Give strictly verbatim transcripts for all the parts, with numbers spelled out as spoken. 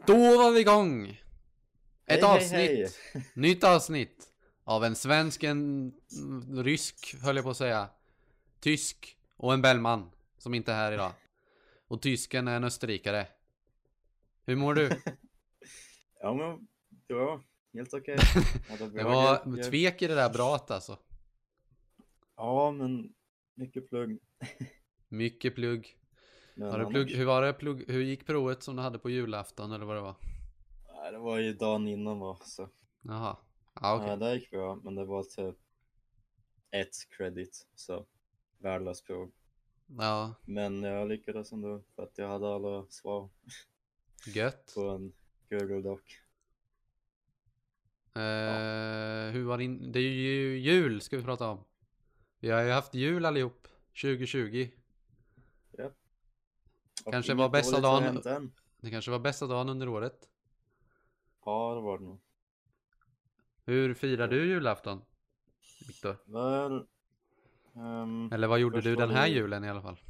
Då var vi igång! Ett Hej, avsnitt, hej, hej. nytt avsnitt av en svensk, en mm, rysk höll jag på att säga, tysk och en Bellman som inte är här idag. Och tysken är en österrikare. Hur mår du? Ja men, bra. Helt okej. Ja, det, Det var tvek i det där brat alltså. Ja, men mycket plugg. Mycket plugg. Men Har du annars... plugg? Hur var det plugg? Hur gick provet som du hade på julafton eller vad det var? Nej, det var ju dagen innan va, så. Jaha. Ja, okej. Ja, det gick bra, men det var typ ett credit, så värdelöst prov. Ja, Men jag lyckades ändå för att jag hade alla svar gött. på en Google Doc. Eh, hur var din... Det är ju jul ska vi prata om. Vi har ju haft jul allihop. tjugo tjugo. Ja. Och Kanske inget var bästa dåligt har dagen- hänt än. Det kanske var bästa dagen under året. Ja, det var det nog. Hur firar du julafton, Viktor? Väl... ehm, Eller vad gjorde först du var den här det- julen i alla fall?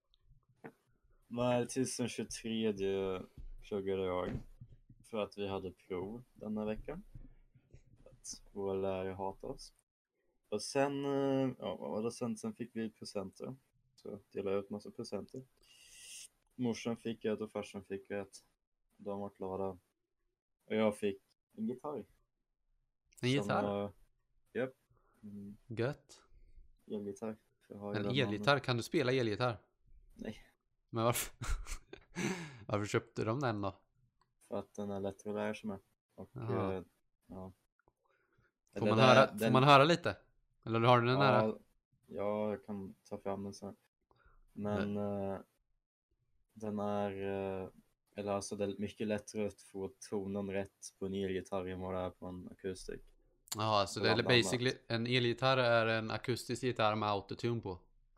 Nej, tills den tjugotredje pluggade jag för att vi hade prov denna veckan. Att våra lärare hatar oss. Och sen, eh, ja vad var det sen? Sen fick vi presenter. Så delade jag ut massa presenter. Morsan fick ett och farsan fick ett. De var glada. Och jag fick en gitarr. En Som gitarr? var- Japp. Mm, Gött. elgitarr. Så jag har ju En den elgitarr? Kan du spela elgitarr? Nej. Men varför? Varför köpte de den då? För att den är lättare att lära sig med. Och Jaha. eh, ja. Får Eller man, det- höra, den- får man höra lite? Eller har du den nära? Ja, ja, jag kan ta fram den sen. Men eh, den är, eh, eller alltså det är mycket lättare att få tonen rätt på en elgitarr än vad det är på en akustik. Ja, så det är bland basically en elgitarr är en akustisk gitarr med autotune på.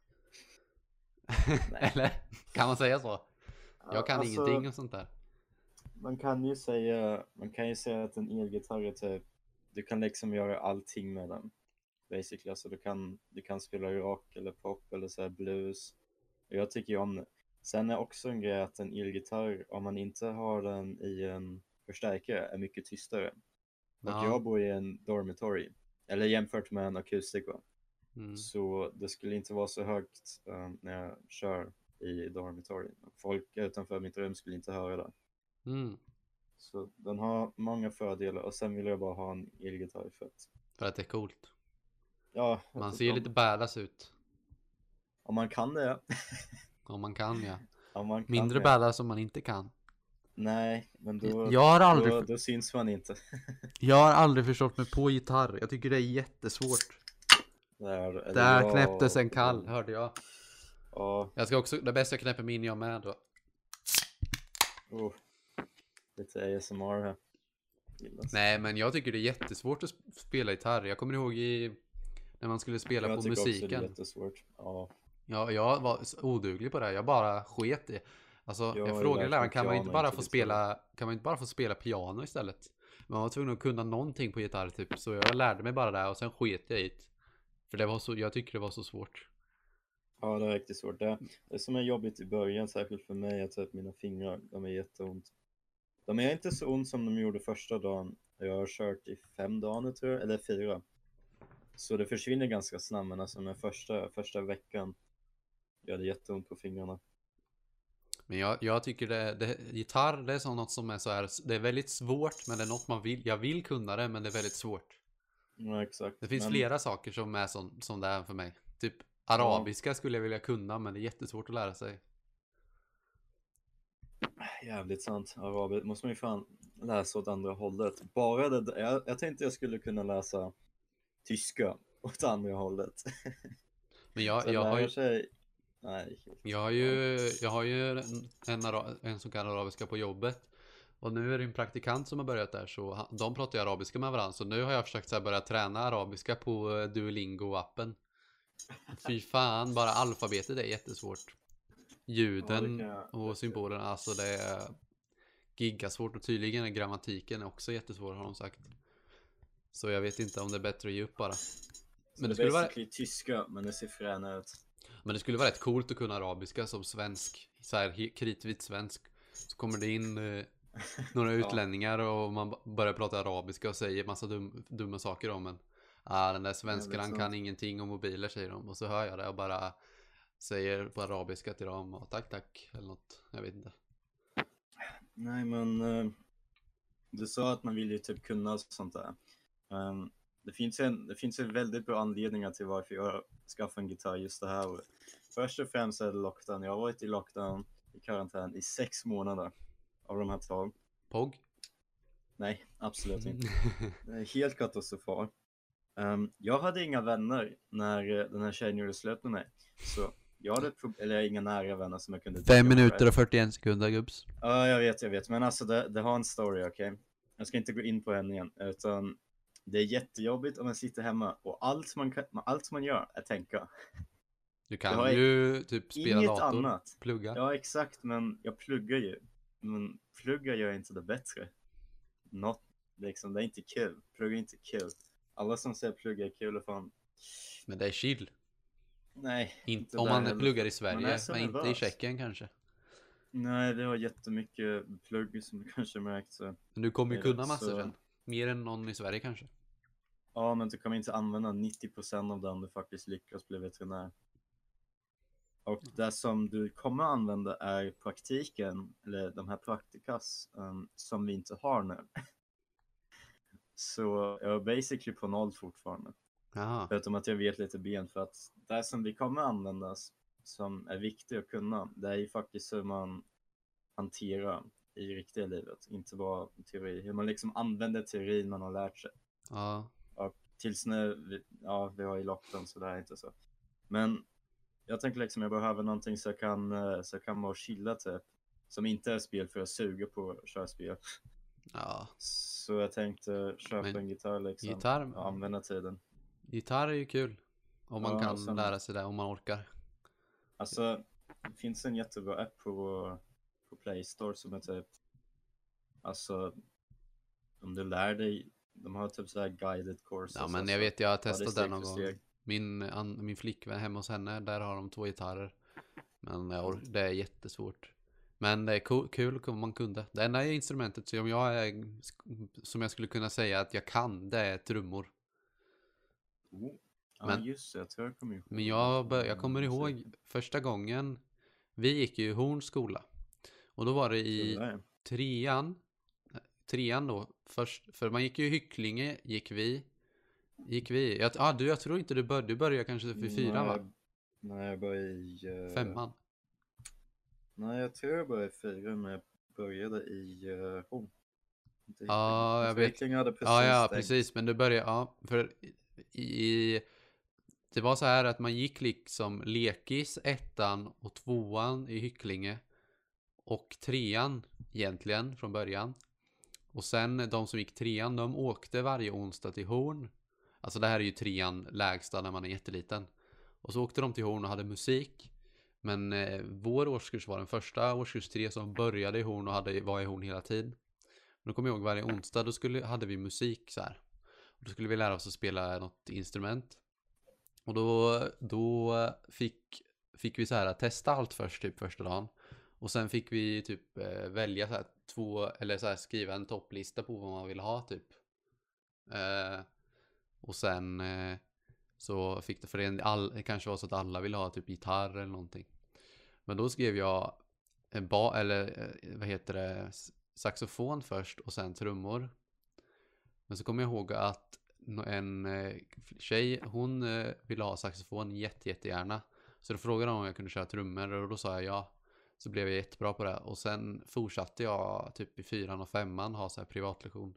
Nej. Eller kan man säga så? Jag kan Alltså, ingenting och sånt där. Man kan ju säga, man kan ju säga att en elgitarr är typ, du kan liksom göra allting med den. Basically, alltså du kan, du kan spela rock eller pop eller så här blues. Och jag tycker ju om det. Sen är också en grej att en elgitarr, om man inte har den i en förstärkare, är mycket tystare. Och Ja. jag bor i en dormitory, eller jämfört med en akustik va? Mm. Så det skulle inte vara så högt eh, när jag kör i dormitory. Folk utanför mitt rum skulle inte höra det. Mm. Så den har många fördelar och sen vill jag bara ha en elgitarr för att, För att det är coolt. ja, Man att- ser om, lite badass ut. om man kan det. Om man kan, ja. Om man kan Mindre det. badass om man inte kan. Nej, men då, Jag har aldrig, då, då syns man inte. jag har aldrig förstått mig på gitarr. Jag tycker det är jättesvårt. Där, eller Där jag- knäpptes en kall, hörde jag. Ja, Jag ska också, det bästa jag knäpper min jag med då. oh, lite A S M R här. Gillas. Nej, men jag tycker det är jättesvårt att sp- spela gitarr. Jag kommer ihåg i när man skulle spela jag på tycker också det är musiken. jättesvårt. Ja, Ja, jag var s- oduglig på det. Jag bara sket i. Alltså, Jag jag, har ju frågade lärt läraren, mig kan man inte piano bara inte få gitarr. spela, kan man inte bara få spela piano istället? Man var tvungen att kunna någonting på gitarr typ. Så jag lärde mig bara det och sen sket jag i det. För det var så, jag tycker det var så svårt. ja, det är riktigt svårt. Det, det som är jobbigt i början, särskilt för mig, är typ mina fingrar. De är jätteont. De är inte så ont som de gjorde första dagen. Jag har kört i fem dagar nu tror jag, eller fyra. Så det försvinner ganska snabbt, men alltså den första, första veckan jag hade jätteont på fingrarna. Men jag, jag tycker det, det, gitarr det är så något som är så här, det är väldigt svårt men det är något man vill, jag vill kunna det men det är väldigt svårt. Ja, exakt. Det finns Men- flera saker som är som, som det är för mig. Typ arabiska skulle jag vilja kunna men det är jättesvårt att lära sig. Jävligt sant. Arabisk måste man ju fan läsa åt andra hållet. Bara det, jag, jag tänkte jag skulle kunna läsa tyska åt andra hållet. Men jag, Sen jag, har lär ju, sig... Nej, helt- jag har ju, jag har ju en, en, ara, en så kallad arabiska på jobbet. Och nu är det en praktikant som har börjat där så han- de pratar ju arabiska med varandra. Så nu har jag försökt så här, börja träna arabiska på eh, Duolingo-appen. Fy fan, bara alfabetet är jättesvårt. Ljuden Ja, det kan jag- och symbolerna, alltså det är gigasvårt och tydligen är grammatiken också jättesvår har de sagt. Så jag vet inte om det är bättre att ge upp bara. Men Men det det skulle är vara, basically tyska, men det ser fräna ut. men det skulle vara rätt coolt att kunna arabiska som svensk, så här he- kritvit svensk. Så kommer det in eh, några Ja. utlänningar och man b- börjar prata arabiska och säger massa dum, dumma saker om en. Ah, den där svensken Jävligt han sant. kan ingenting om mobiler, säger de. Och så hör jag det och bara säger på arabiska till dem och tack tack eller något. Jag vet inte. Nej, men eh, du sa att man vill ju typ kunna sånt där. Ehm, det finns en, det finns en väldigt bra anledningar till varför jag skaffade en gitarr just det här året. Först och främst är det lockdown. Jag har varit i lockdown i karantän i sex månader av de här tolv. Pog? Nej, absolut inte. Det är helt katastrofalt. Um, jag hade inga vänner när eh, den här tjejen gjorde slut med mig. Så jag hade, pro- eller inga nära vänner som jag kunde Fem dricka med, minuter right? och fyrtioen sekunder, gubbs. Ja, jag vet, jag vet. Men alltså det, det har en story, okej? Jag ska inte gå in på henne igen. Utan det är jättejobbigt om man sitter hemma och allt man, kan, allt man gör är tänka. Du Jag kan har ju typ spela Inget dator, annat. plugga. Ja, exakt. Men jag pluggar ju. Men plugga gör inte det bättre. Not, liksom, det är inte kul. Plugga är inte kul. Alla som säger plugga är kul och fan. Men det är chill. Nej, In, inte om där man heller. pluggar i Man är Sverige, så men inte i nervös. Tjeckien kanske. Nej, det har jättemycket plugg som du kanske märkt. Så. Men du kommer ju Det är kunna rätt massor så- sen. Mer än någon i Sverige kanske. Ja, men du kommer inte använda nittio procent av det om du faktiskt lyckas bli veterinär. Och det som du kommer använda är praktiken, eller de här praktikas um, som vi inte har nu. Så jag är basically på noll fortfarande. Jaha. Förutom att jag vet lite ben, för att det som vi kommer användas som är viktigt att kunna, det är ju faktiskt hur man hanterar i riktiga livet, inte bara teori. Hur man liksom använder teorin man har lärt sig. Ja. Och tills nu, vi- ja vi har ju lockdown så det är inte så. Men jag tänker liksom jag behöver någonting så jag kan, eh, så jag kan vara chilla typ. Som inte är spel för jag suger på att köra spel. Ja. Så jag tänkte köpa Men en gitarr liksom. gitarr- Och använda tiden. Gitarr är ju kul. Om man Ja, kan och sen- lära sig det, om man orkar. Alltså, det finns en jättebra app på, på Play Store som är typ, alltså, om du lär dig, de har typ så här guided courses. Ja, men alltså. jag vet, jag har Ja, det är testat steg den någon för gång. steg. Min, an, min flickvän hemma hos henne, där har de två gitarrer. Men jag or- det är jättesvårt. Men det är cool, kul om man kunde. Det enda instrumentet som jag, är, som jag skulle kunna säga att jag kan, det är trummor. Oh. Ja, Men- just det, jag tror jag kommer ihåg. Men jag, bör, jag kommer Mm, ihåg första gången vi gick ju i Horns skola. Och då var det så i där. trean. Trean då. Först, för man gick ju i Hycklinge, gick vi. Gick vi. Jag, ah, du, jag tror inte du började. Du började kanske för fyran va? Nej, jag började i... eh, Femman. Nej, jag tror jag började i fyran, men jag började i uh, Horn. Inte Ja, Hycklinge. jag För vet. Hycklinge hade precis Ja, ja, stängt. precis. Men du började, ja. För i, i, det var så här att man gick liksom lekis, ettan och tvåan i Hycklinge. Och trean egentligen från början. Och sen de som gick trean, de åkte varje onsdag till Horn. Alltså det här är ju trean lägsta när man är jätteliten. Och så åkte de till Horn och hade musik. Men eh, vår årskurs var den första årskurs tre som började i Horn och hade, var i Horn hela tiden. Då kommer jag ihåg varje onsdag, då skulle, hade vi musik så här. Och då skulle vi lära oss att spela något instrument. Och då, då fick, fick vi så här testa allt först typ första dagen. Och sen fick vi typ eh, välja så här två, eller så här skriva en topplista på vad man ville ha typ. Eh, och sen eh, så fick det för en, all, det kanske var så att alla ville ha typ gitarr eller någonting. Men då skrev jag en ba, eller eh, vad heter det, saxofon först och sen trummor. Men så kommer jag ihåg att en eh, tjej, hon eh, ville ha saxofon jätte, jättegärna. Så då frågade hon om jag kunde köra trummor och då sa jag ja. Så blev jag jättebra på det. Och sen fortsatte jag typ i fyran och femman ha så här privatlektion.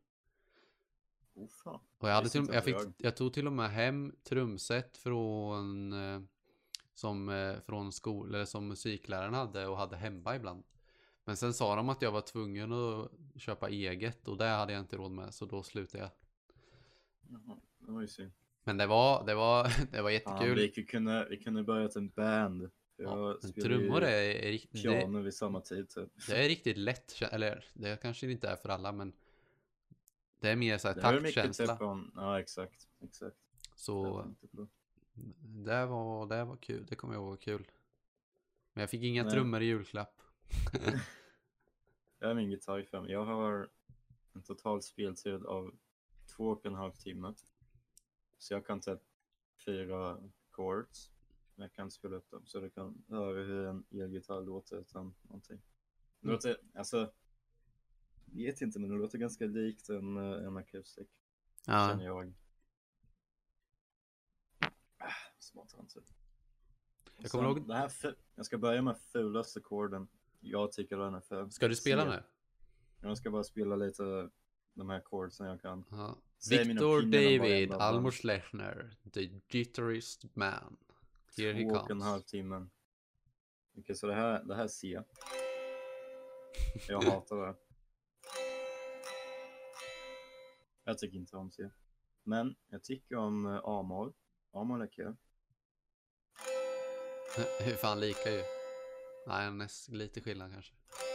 Oh, fan. Och jag, hade Visste till, inte jag, att fick, jag- jag tog till och med hem trumset från eh, som eh, från skol, eller som musikläraren hade och hade hemma ibland. Men sen sa de att jag var tvungen att köpa eget och det hade jag inte råd med, så då slutade jag. Jaha, det var ju synd. Men det var det var det var Fan, jättekul. vi kunde, vi kunde börjat en band. Jag Ja, men spelade trummor ju är, är rikt- det, piano vid samma tid typ. det är riktigt lätt, kä- eller det kanske inte är för alla, men det är mer så här Det är mycket taktkänsla. typ om, ja exakt, exakt. Så Jag tänkte på. det var, det var kul, det kommer jag ihåg var kul. Men jag fick inga Nej. trummor i julklapp. jag är min gitarr fem. Jag har en total speltid av två och en halv timme. Så jag kan ta fyra chords. Men jag kan spela upp dem så du kan höra hur en elgitarr låter utan någonting. Det låter, alltså, jag vet inte, men det låter ganska likt en, en akustik. Ja. Känner jag. Ah, smart ansvar. Jag kommer ihåg... Det här fu- jag ska börja med fulaste ackorden. Jag tycker den är ful. Ska du spela Se. nu? Jag ska bara spela lite de här chordsen jag kan. Ja. Säg min Victor opinion om David varenda av dem. Almor Schlechner, the guitarist man. Here he Två och en halv comes. timmen. Okej, så det här, det här är C. Jag hatar det. Jag tycker inte om C. Men jag tycker om uh, A-moll. A-moll är kul. Hur fan lika ju. Nej, näst, lite skillnad kanske.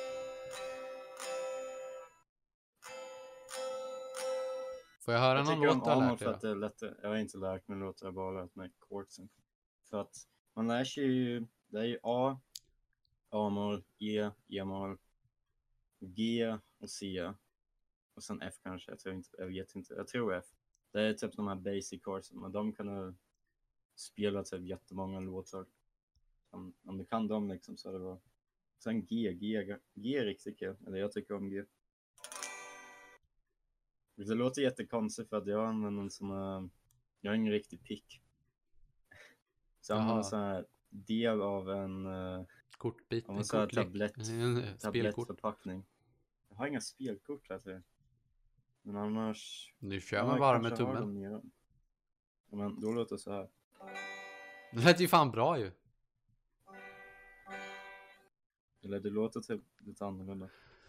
Får jag höra Jag någon tycker om låt du har A-moll lärt dig för att då? det är lättare. Jag har inte lärt mig låtar, jag har bara lärt mig chordsen. För att man lär sig ju, det är ju A, A-moll, E, E-moll, G och C. Och sen F kanske, jag tror inte, jag vet inte, jag tror F. Det är typ de här basic chordsen, men de kan du spela typ jättemånga låtar. Om, om du kan dem liksom så är det bra. Sen G, G, G är riktigt kul, eller jag tycker om G. Det låter jättekonstigt för att jag använder en sån här, jag har ingen riktig pick. Så jag använder en sån här del av en, uh, Kortbit, av en en sån här kortlek. tablett, En spelkort. tablettförpackning. Jag har inga spelkort här till. Men annars... Nu kör ja, man bara kanske med har tummen. dem nere. Ja, men då låter det så här. Det lät ju fan bra ju. Eller det låter typ lite annorlunda.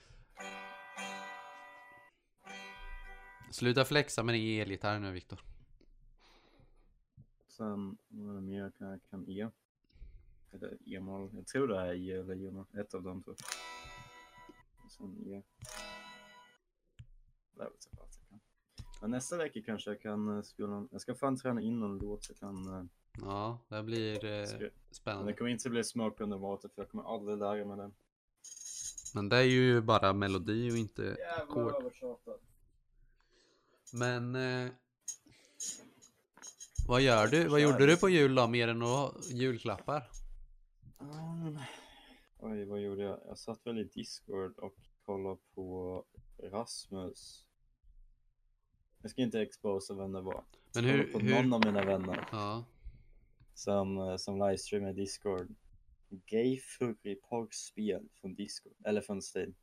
Sluta flexa med din elgitarr nu, Victor. Sen, vad är det mer kan jag kan E? Eller E-moll. Jag tror det är E eller E-moll. Ett av dem två. Sen E. Det är väl typ allt jag kan. Men nästa vecka kanske jag kan uh, spela. Jag ska fan träna in någon låt så jag kan... Uh, Ja, det blir eh, ska... spännande. Men det kommer inte bli Smoke under water för jag kommer aldrig lära mig den. Men det är ju bara melodi och inte Jävlar ackord. övertjatad. Men eh, vad gör du? Vad Kör. gjorde du på jul då? Mer än att ha julklappar? Um, oj, vad gjorde jag? Jag satt väl i Discord och kollade på Rasmus. Jag ska inte exposa vem det var. Men Jag hur, kollade på hur... någon av mina vänner Ja. som, som livestreamar i Discord. Gay furry porrspel från Discord. Eller från Steam.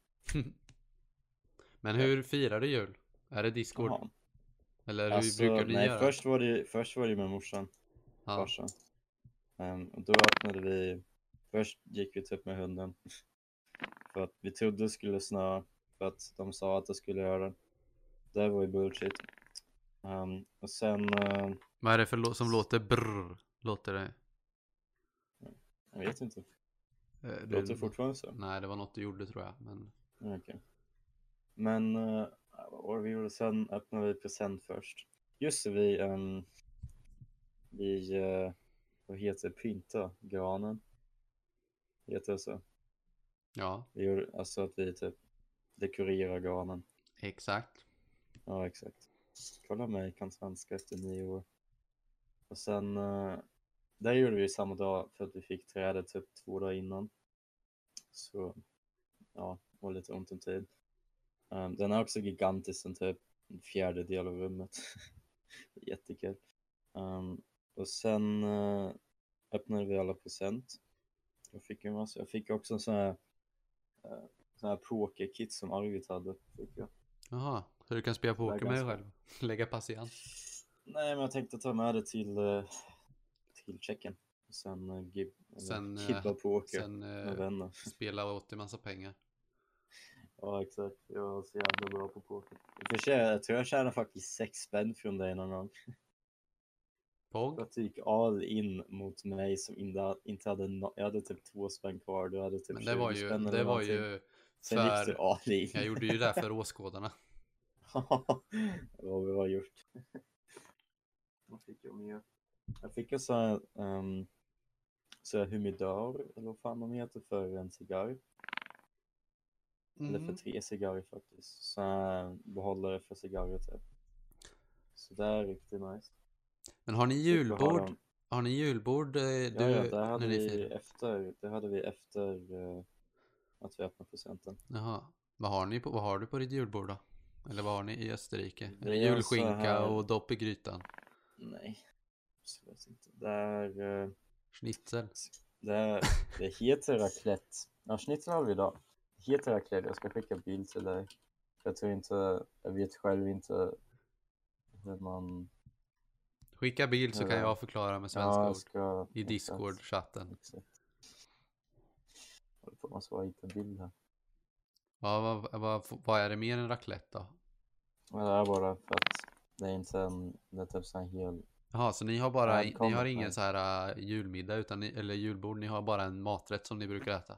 Men hur firar du jul? Är det Discord? Jaha. Eller hur Alltså, brukar ni nej, göra? först var det först var det med morsan. Ja. Farsan. Um, och då öppnade vi. Först gick vi typ med hunden. För att vi trodde det skulle snöa. För att de sa att det skulle göra det. Det var ju bullshit. Um, och sen... Uh, Vad är det för låt som låter brrr? Låter det? jag vet inte. Eh, Det låter fortfarande så. Nej, det var något du gjorde tror jag. Men... Okej. Okay. Men... Uh, vad var det vi gjorde? Sen öppnade vi present först. Just det, vi... Um, vi... Uh, vad heter det? Pynta granen. Heter det så? Ja, Vi gjorde, alltså att vi typ dekorerar granen. exakt. Ja, exakt. Kolla mig, kan svenska efter nio år. Och sen, uh, där gjorde vi samma dag för att vi fick trädet typ två dagar innan. Så, ja, det var lite ont om tid. Um, den är också gigantisk, en typ en fjärdedel av rummet. Jättekul. Um, och sen uh, öppnade vi alla present. Jag fick en massa. Jag fick också en sån här, uh, sån här pokerkit som Arvid hade. Fick jag. Jaha, så du kan spela Så det är poker med dig ganska- själv? Lägga patiens? Nej, men jag tänkte ta med det till, uh, till checken. Och sen uh, gib, Sen, eller, gibba eh, poker Sen med eh, vänner. spela åt dig massa pengar. Ja, exakt. Jag var så jävla bra på poker. För sig, jag tror jag tjänade faktiskt sex spänn från dig någon gång. För Pog? att du gick all in mot mig som inte, inte hade no- jag hade typ två spänn kvar. Du hade typ Men det var tjugo ju, spänn eller det var någonting. ju Sen gick du för... all in. Jag gjorde ju det här för åskådarna. Vad vi har gjort. Vad fick jag mer? Jag fick en sån här, um, så här humidor, eller vad fan de heter, för en cigarr. Eller för Mm. tre cigarrer faktiskt. Så här behållare för cigarrer typ. Så det är riktigt nice. Men har ni Slipper ha julbord? dem. Har ni julbord eh, Ja, du, ja, det hade när ni vi firar? efter, det hade vi efter eh, att vi öppnade presenten. Jaha. Vad har ni på, vad har du på ditt julbord då? Eller vad har ni i Österrike? Är det Det är så julskinka här- och dopp i grytan? Nej, absolut inte. Det är, eh, Schnitzel? det är, det heter raclette. Ja, schnitzel har vi idag. Det heter raclette, jag ska skicka bild till dig. Jag tror inte, jag vet själv inte hur man... Skicka bild så kan Ja. jag förklara med Ja, svenska jag ord. ska... I Discord-chatten. Exakt. Jag håller på med att svara hit en bild här. Ja, vad, vad, vad är det mer än raclette då? Men det är bara för att det är inte en, det är typ så här hel... Jaha, så ni har bara, ni Välkommen, har ingen nej. så här uh, julmiddag utan ni, eller julbord, ni har bara en maträtt som ni brukar äta?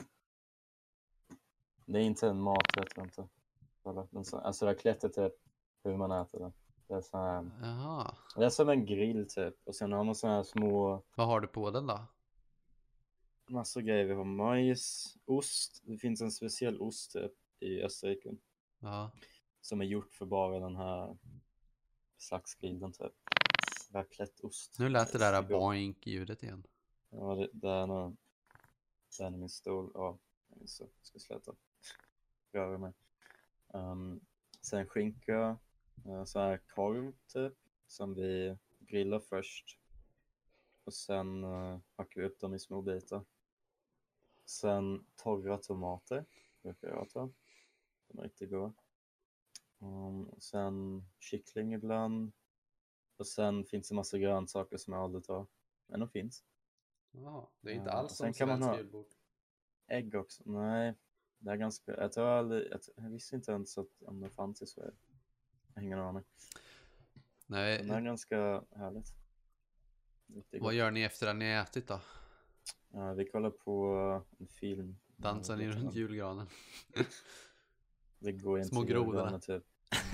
Det är inte en maträtt, vänta. Kolla, den så, alltså raclette är typ hur man äter det. Det är så här, Jaha. det är som en grill typ. Och sen har man så här små, Vad har du på den då? massor grejer. Vi har majs, ost. Det finns en speciell ost typ i Österrike. Ja. Som är gjort för bara den här slags grillen typ. Racletteost. Nu lät det där är gott. boink-ljudet igen. Ja, det, det är nog... Det är min stol. Ja, jag så, ska sluta röra mig. Um, sen skinka, uh, så här korv typ, som vi grillar först. Och sen uh, hackar vi upp dem i små bitar. Sen torra tomater, brukar jag ta. De är riktigt goda. Um, sen kyckling ibland. Och sen finns det massa grönsaker som jag aldrig tar. Men de finns. Ja, det är inte Ja, alls och sen som kan man svensk ha- julbord. Ägg också? Nej, det är ganska... Jag tror aldrig... Jag, jag visste inte ens att om det fanns i Sverige. Jag har ingen aning. Nej, Men det är ganska härligt. Riktigt vad gott. gör ni efter att ni har ätit då? Ja, vi kollar på en film. Dansar ni Ja, runt julgranen? Det går inte Små att göra grodorna. typ.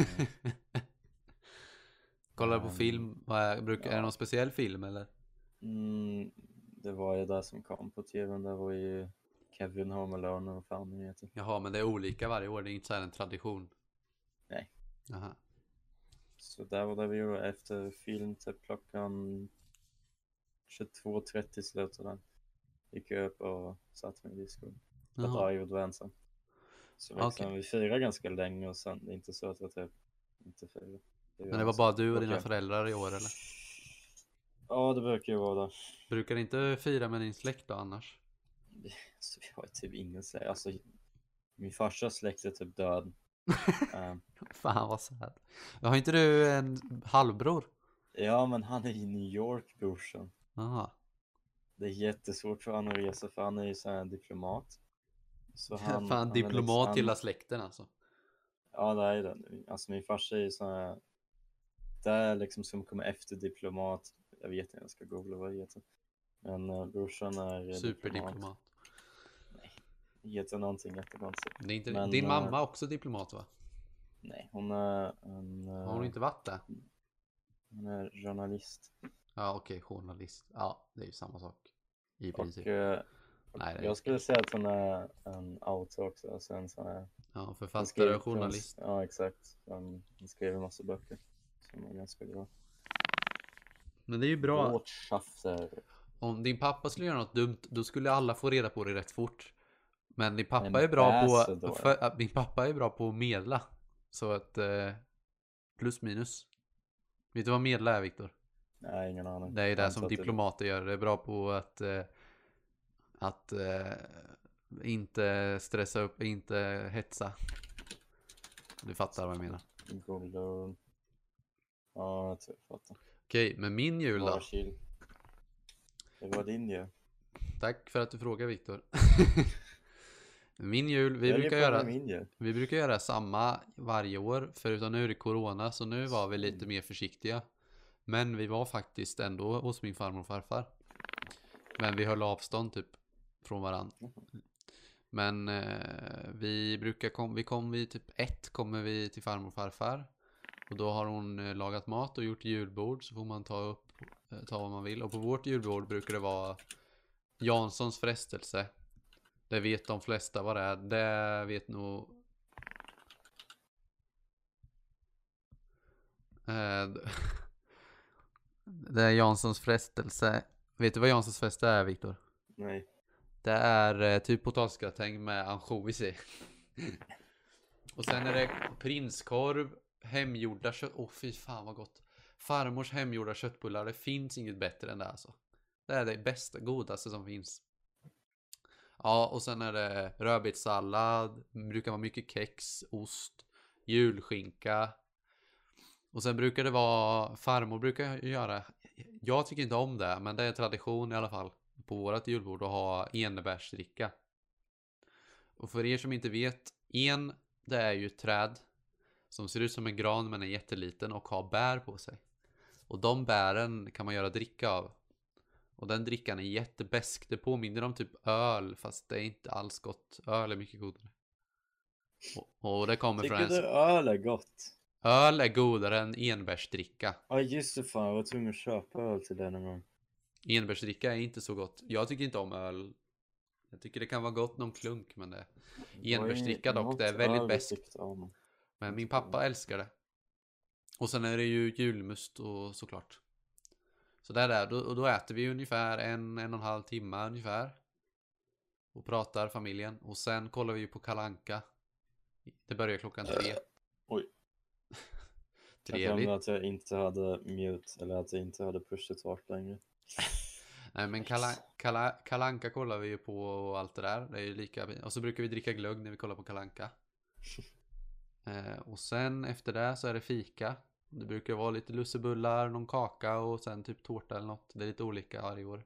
Kollar på Um, film? Vad är, brukar, är det ja. någon speciell film eller? Mm, det var ju det som kom på tvn. Det var ju Kevin Home Alone och vad fan det heter. Jaha, men det är olika varje år. Det är inte så här en tradition. Nej. Jaha. Så där var det vi gjorde efter film typ klockan tjugotvå trettio slutade den. Gick jag upp och satt mig i Discord. För att Jaha. Arvid var ensam. Så liksom, Okej. vi firade ganska länge och sen, det är inte så att jag typ inte firade. Men det var bara du och Okej. dina föräldrar i år eller? Ja, det brukar ju vara det. Brukar du inte fira med din släkt då annars? Alltså, vi har ju typ ingen släkt. Alltså, min farsas släkt är typ död. um, Fan vad sad. Har inte du en halvbror? ja, men han är i New York, brorsan. Jaha. Det är jättesvårt för han att resa för han är ju så här diplomat. Så han, Fan, han är diplomat liksom, till hela han, släkten alltså. ja, det är det. Alltså min farsa är ju så här. Det är liksom som kommer efter diplomat. Jag vet inte, jag ska googla vad det heter. Men uh, brorsan är diplomat. Superdiplomat. Det heter någonting jättekonstigt. Det är inte, Men, din eh, mamma är också diplomat va? Nej, hon är en... Har hon uh, inte varit det? Hon är journalist. Ja okej, journalist. Ja, det är ju samma sak. I Och, princip. uh, och Nej, det är jag inte. skulle säga att hon är en autor också. Alltså en sån här... Ja, hon författare skriver- och journalist. Ja, exakt. Hon hon skriver en massa böcker. Som är ganska bra. Men det är ju bra. Vårt tjafs är... Om din pappa skulle göra något dumt, då skulle alla få reda på det rätt fort. Men din pappa En är bra på ambassador. för, äh, din pappa är bra på att medla. Så att eh, plus minus. Vet du vad medla är, Viktor? Nej, ingen aning. Det är ju Jag det antar som att det- diplomater gör. Det är bra på att eh, att eh, inte stressa upp, inte hetsa. Du fattar vad jag menar. Google. Ja, jag tror jag fattar. Okej, men min jul då? Varsågod. Det var din ju. Tack för att du frågar, Viktor. Min jul, vi Jag brukar är på göra med min ju. vi brukar göra samma varje år, förutom nu är det corona, så nu var vi lite Mm. mer försiktiga. Men vi var faktiskt ändå hos min farmor och farfar. Men vi höll avstånd typ från varann. Men eh, vi brukar kom, vi kom vid typ ett kommer vi till farmor och farfar. Och då har hon eh, lagat mat och gjort julbord, så får man ta upp eh, ta vad man vill. Och på vårt julbord brukar det vara Janssons frestelse, Det vet de flesta vad det är. Det vet nog... Eh, det är Janssons frestelse. Vet du vad Janssons frestelse är, Viktor? Nej. Det är eh, typ potatisgratäng med ansjovis i. Och sen är det prinskorv, hemgjorda kött... Åh, oh, fy fan vad gott. Farmors hemgjorda köttbullar. Det finns inget bättre än det alltså. Det är det bästa, godaste som finns. Ja, och sen är det rödbetssallad. Brukar vara mycket kex, ost, julskinka. Och sen brukar det vara... Farmor brukar göra... Jag tycker inte om det, men det är tradition i alla fall. På vårat julbord att ha enbärsdricka. Och för er som inte vet, en det är ju ett träd som ser ut som en gran men är jätteliten och har bär på sig. Och de bären kan man göra dricka av. Och den drickan är jättebäsk. Det påminner om typ öl, fast det är inte alls gott. Öl är mycket godare. Och, och det kommer Tycker från en... du öl är gott? Öl är godare än enbärsdricka. Ja just det, fan jag var tvungen att köpa öl till den någon gång. Enbärsdricka är inte så gott. Jag tycker inte om öl. Jag tycker det kan vara gott någon klunk, men det... Enbärsdricka dock, det är väldigt bäst. Men min pappa älskar det. Och sen är det ju julmust och såklart. Så där där, då, och då äter vi ungefär en, en och en halv timme ungefär. Och pratar familjen. Och sen kollar vi på Kalle Anka. Det börjar klockan tre. Oj. Trevligt. Jag att jag inte hade mute, eller att jag inte hade push it talk längre. Nej, men Kalle Anka kollar vi ju på och allt det där. Det är ju lika. Och så brukar vi dricka glögg när vi kollar på Kalle Anka. eh, och sen efter det så är det fika. Det brukar vara lite lussebullar, någon kaka och sen typ tårta eller något. Det är lite olika varje år.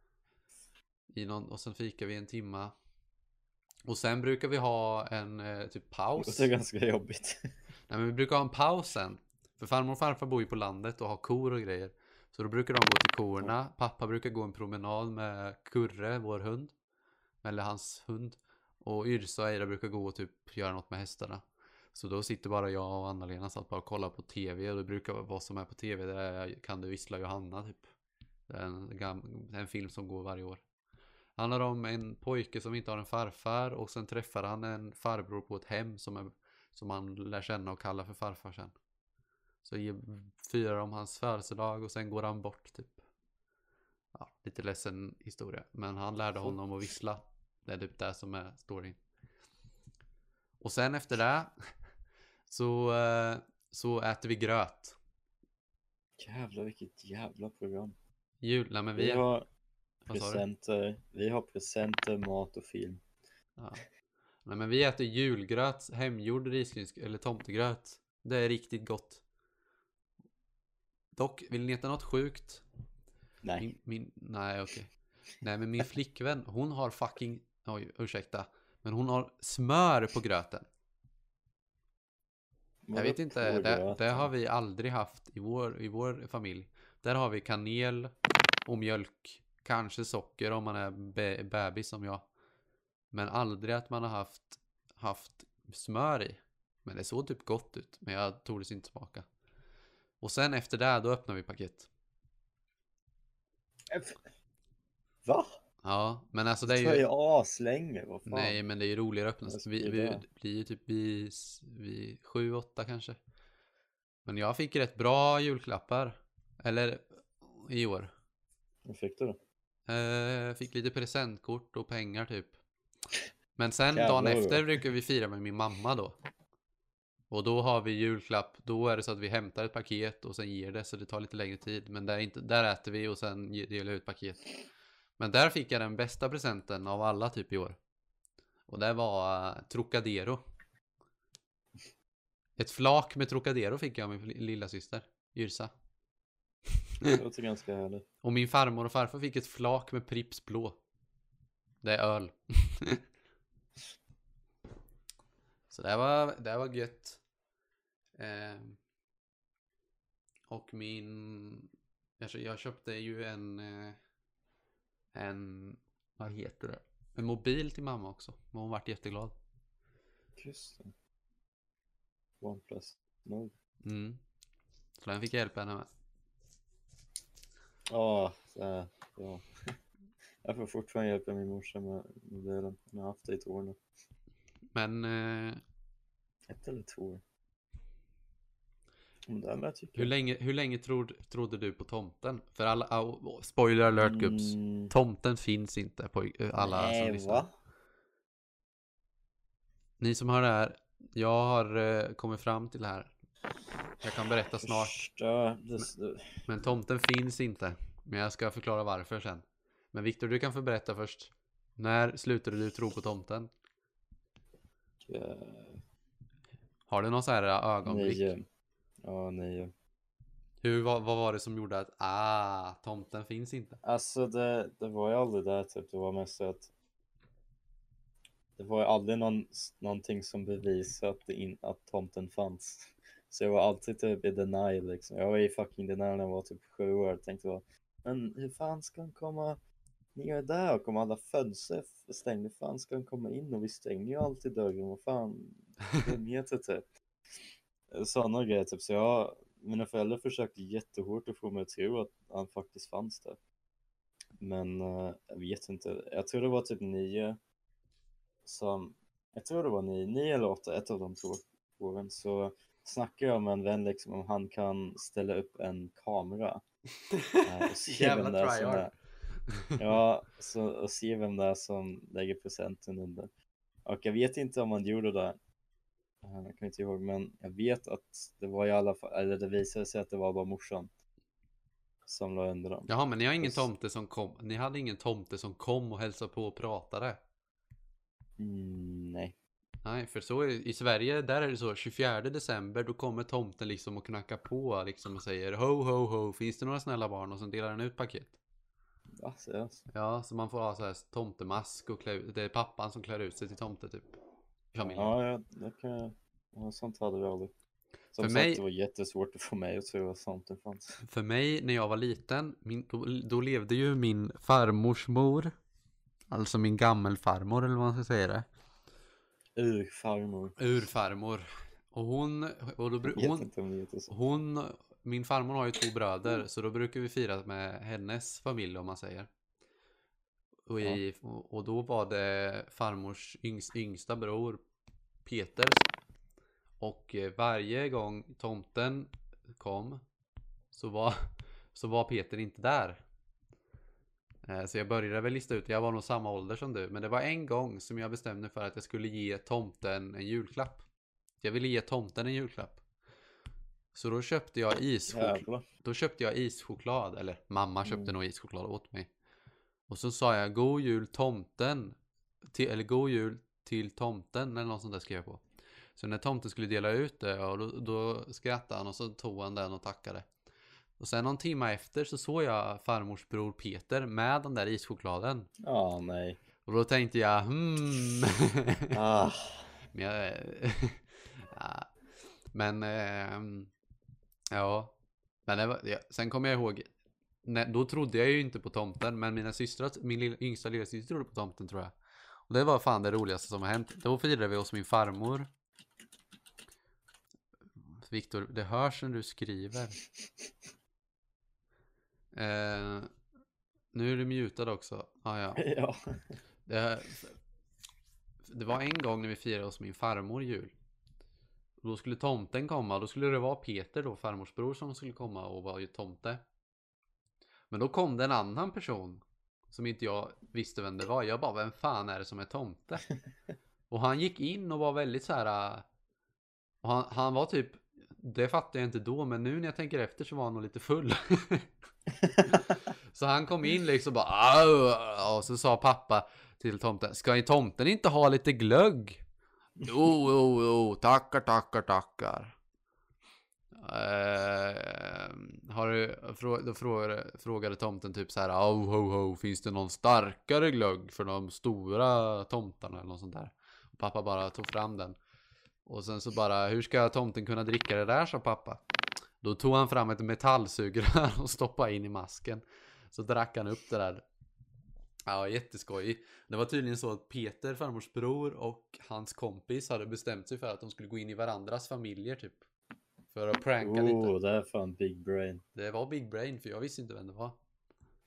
I någon, och sen fikar vi en timma. Och sen brukar vi ha en eh, typ paus. Det är ganska jobbigt. Nej, men vi brukar ha en paus sen. För farmor och farfar bor ju på landet och har kor och grejer. Så då brukar de gå till korna. Pappa brukar gå en promenad med Kurre, vår hund. Eller hans hund. Och Yrsa och Eira brukar gå och typ göra något med hästarna. Så då sitter bara jag och Anna-Lena satt bara och kollar på tv. Och det brukar vara vad som är på tv. Det är Kan du vissla Johanna typ. Det är en, gam- en film som går varje år. Handlar om en pojke som inte har en farfar. Och sen träffar han en farbror på ett hem som, är, som han lär känna och kalla för farfar sen. Så firar de hans födelsedag och sen går han bort typ. Ja, lite ledsen historia. Men han lärde honom att vissla. Det är typ det som är storyn. Och sen efter det så, så äter vi gröt. Jävlar vilket jävla program. Jul, nej, men vi, Vi har vad sa du? presenter, vi har presenter, mat och film. Ja. Nej, men vi äter julgröt, hemgjord risgryns eller tomtegröt. Det är riktigt gott. Dock, vill ni äta något sjukt? Nej. Min, min, nej, okej. Okay. Nej, men min flickvän, hon har fucking... Oj, ursäkta. Men hon har smör på gröten. Jag vet inte, det, det har vi aldrig haft i vår, i vår familj. Där har vi kanel och mjölk. Kanske socker om man är be, bebis som jag. Men aldrig att man har haft, haft smör i. Men det såg typ gott ut. Men jag tog det inte smaka. Och sen efter det, då öppnar vi paket. Va? Ja, men alltså det är ju... Det är ju aslänge, vad fan. Nej, men det är ju roligare att öppna. Vi, vi blir ju typ vid, vid sju, åtta kanske. Men jag fick rätt bra julklappar. Eller i år. Vad fick du då? Eh, fick lite presentkort och pengar typ. Men sen Jävlar, dagen efter då. brukar vi fira med min mamma då. Och då har vi julklapp. Då är det så att vi hämtar ett paket och sen ger det. Så det tar lite längre tid. Men där, inte, där äter vi och sen delar ut paket. Men där fick jag den bästa presenten av alla typ i år. Och det var uh, Trocadero. Ett flak med Trocadero fick jag av min lilla syster Yrsa. Det låter ganska härligt. Och min farmor och farfar fick ett flak med Pripps blå. Det är öl. Så det var, det var gött. Eh, och min... Jag, jag köpte ju en... Eh, en... Vad heter det? En mobil till mamma också. Men hon vart jätteglad. Just det. OnePlus Nord. Mm. Så den fick jag hjälpa henne med. Ja, så här, ja. Jag får fortfarande hjälpa min morsa med mobilen. Jag har haft det i ett år nu. Men eh, Ett eller två år. Men därmed tycker hur jag. länge, hur länge trod, trodde du på tomten? För alla, oh, spoiler alert gubbs. Mm, Tomten finns inte på alla som nej, lyssnar. va? Ni som har det här, jag har eh, kommit fram till det här. Jag kan berätta snart. Förstör. Det, Men tomten finns inte. Men jag ska förklara varför sen. Men Victor, du kan få berätta först. När slutade du tro på tomten? det, Har du någon så här ögonblick? nio. Ja, nio. Hur, vad, vad var det som gjorde att ah, tomten finns inte? Alltså det, det var ju aldrig där typ. Det var mest så att det var ju aldrig någon, någonting som bevisade att, det in, att tomten fanns. Så jag var alltid typ i denial liksom. Jag var i fucking denial när jag var typ sju år. Jag tänkte bara, men hur fan ska han komma ner där? Och om alla födselser stängde, hur fan ska han komma in? Och vi stänger ju alltid dörren. Vad fan, dumheter typ. Sådana grejer typ. Så jag, mina föräldrar försökte jättehårt att få mig att tro att han faktiskt fanns där. Men uh, jag vet inte. Jag tror det var typ nio. Som, jag tror det var nio, nio eller åtta, ett av de två åren. Så snackar jag med en vän liksom om han kan ställa upp en kamera. uh, och se vem det är som är. Ja, så, och se vem det är som lägger procenten under. Och jag vet inte om han gjorde det. Jag kan inte ihåg, men jag vet att det var i alla fall, eller det visade sig att det var bara morsan som la under dem. Jaha, men ni har ingen tomte som kom. Ni hade ingen tomte som kom och hälsade på och pratade. Mm, nej. Nej, för så är det, i Sverige, där är det så tjugofjärde december, då kommer tomten liksom och knackar på liksom och säger ho ho ho, finns det några snälla barn? Och sen delar den ut paket. Va, seriöst? Ja, så man får ha så här tomtemask och klä ut, det är pappan som klär ut sig till tomte typ. I familjen. Ja, ja, det kan jag, ja, sånt hade vi aldrig. Som För sagt, mig- det var jättesvårt att få mig att tro att sånt det fanns. För mig, när jag var liten, min, då, då levde ju min farmors mor, alltså min gammelfarmor eller vad man ska säga det. Urfarmor. Urfarmor. Och hon, och då, Jag bru- vet hon, inte om det heter så. hon, min farmor har ju två bröder, så då brukar vi fira med hennes familj om man säger. Och, i, och då var det farmors yngst, yngsta bror, Peter. Och eh, varje gång tomten kom så var, så var Peter inte där. Eh, Så jag började väl lista ut, jag var nog samma ålder som du. Men det var en gång som jag bestämde mig för att jag skulle ge tomten en julklapp. Jag ville ge tomten en julklapp. Så då köpte jag ischoklad. Jävlar. Då köpte jag ischoklad. Eller mamma köpte Mm. nog ischoklad åt mig. Och så sa jag god jul tomten. Till, eller god jul till tomten. Eller något sånt där skrev jag på. Så när tomten skulle dela ut det, ja, då, då skrattade han och så tog han den och tackade. Och sen någon timme efter så såg jag farmors bror Peter med den där ischokladen. Ja, nej. Och då tänkte jag, hmm. Ah, Men jag, ja. Men ehm, ja. Men det var, ja. Sen kommer jag ihåg, när, då trodde jag ju inte på tomten, men mina systrar, min lilla, yngsta lillasyster trodde på tomten tror jag. Och det var fan det roligaste som har hänt. Då firade vi hos min farmor. Victor, det hörs när du skriver. Eh, nu är du mutad också. Ah, ja. ja. Det, det var en gång när vi firade hos min farmor jul. Och då skulle tomten komma. Då skulle det vara Peter då, farmors bror, som skulle komma och vara ju tomte. Men då kom det en annan person som inte jag visste vem det var. Jag bara, vem fan är det som är tomte? Och han gick in och var väldigt så här. Och han, han var typ, det fattade jag inte då, men nu när jag tänker efter så var han nog lite full. Så han kom in liksom bara, "Au!" och så sa pappa till tomten, ska i tomten inte ha lite glögg? Jo, jo, jo, tackar, tackar, tackar. Eh, har du, frå, då frågade, frågade tomten typ så här, oh, ho, ho, finns det någon starkare glögg för de stora tomtarna eller något sånt där? Och pappa bara tog fram den. Och sen så bara, hur ska tomten kunna dricka det där, sa pappa. Då tog han fram ett metallsugrör och stoppade in i masken. Så drack han upp det där. Ja, jätteskoj. Det var tydligen så att Peter, farmors bror, och hans kompis hade bestämt sig för att de skulle gå in i varandras familjer typ. För att pranka Oh, lite. det är fan big brain. Det var big brain, för jag visste inte vem det var.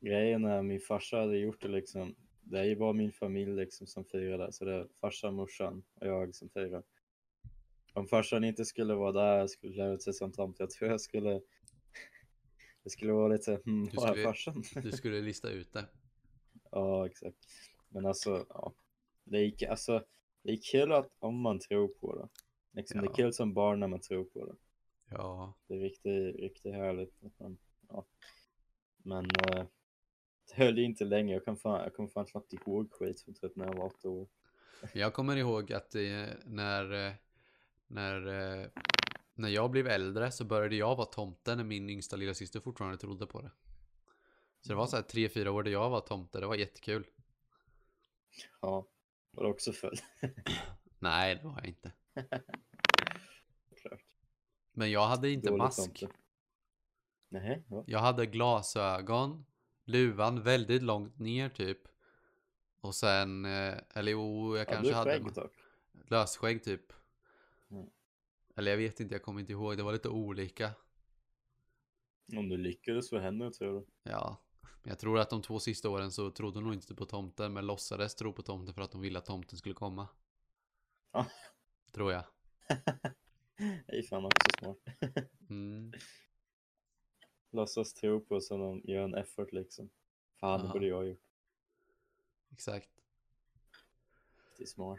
grejen är min farsa hade gjort det liksom. Det är ju bara min familj liksom som firar det. Så det är farsan, morsan och jag som firar. Om farsan inte skulle vara där skulle lära ut sig som tomt. Jag tror jag skulle det skulle vara lite hmm, Du vad är skulle, farsan? du skulle lista ut det. Ja, exakt. Men alltså, ja. Det är, alltså, det är kul att om man tror på det. Liksom, Ja. Det är kul som barn när man tror på det. Ja, Det är riktigt, riktigt härligt. Att man, ja. Men eh, det höll ju inte länge. Jag, kan fan, jag kommer fan knappt ihåg skit för typ när jag var åtta år. jag kommer ihåg att eh, när, eh, när, eh, när jag blev äldre så började jag vara tomten när min yngsta lilla syster fortfarande trodde på det. Så det var så här tre, fyra år där jag var tomte. Det var jättekul. Ja, var det också full? Nej, det var jag inte. Klart. Men jag hade inte Dålig mask. tomte. Nej, va? Jag hade glasögon, luvan väldigt långt ner typ. Och sen, eh, eller jo, jag Ja, kanske du hade skägg dock. lösskägg typ. Mm. Eller jag vet inte, jag kommer inte ihåg. Det var lite olika. Om du lyckades för henne tror du. Ja, men jag tror att de två sista åren så trodde hon nog inte på tomten, men låtsades tro på tomten för att de ville att tomten skulle komma. Ja. Tror jag. Det är fan också smart. Mm. Låtsas tro på så de gör en effort liksom. Fan, det Ja. borde jag ha gjort. Exakt. Det är smart.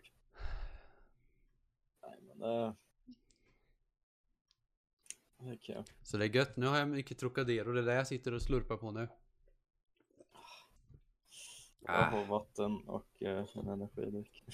Nej, men det... Det är kul. Så det är gött. Nu har jag mycket Trocadero. Det är där jag sitter och slurpar på nu. Jag har vatten och uh, en energidryck.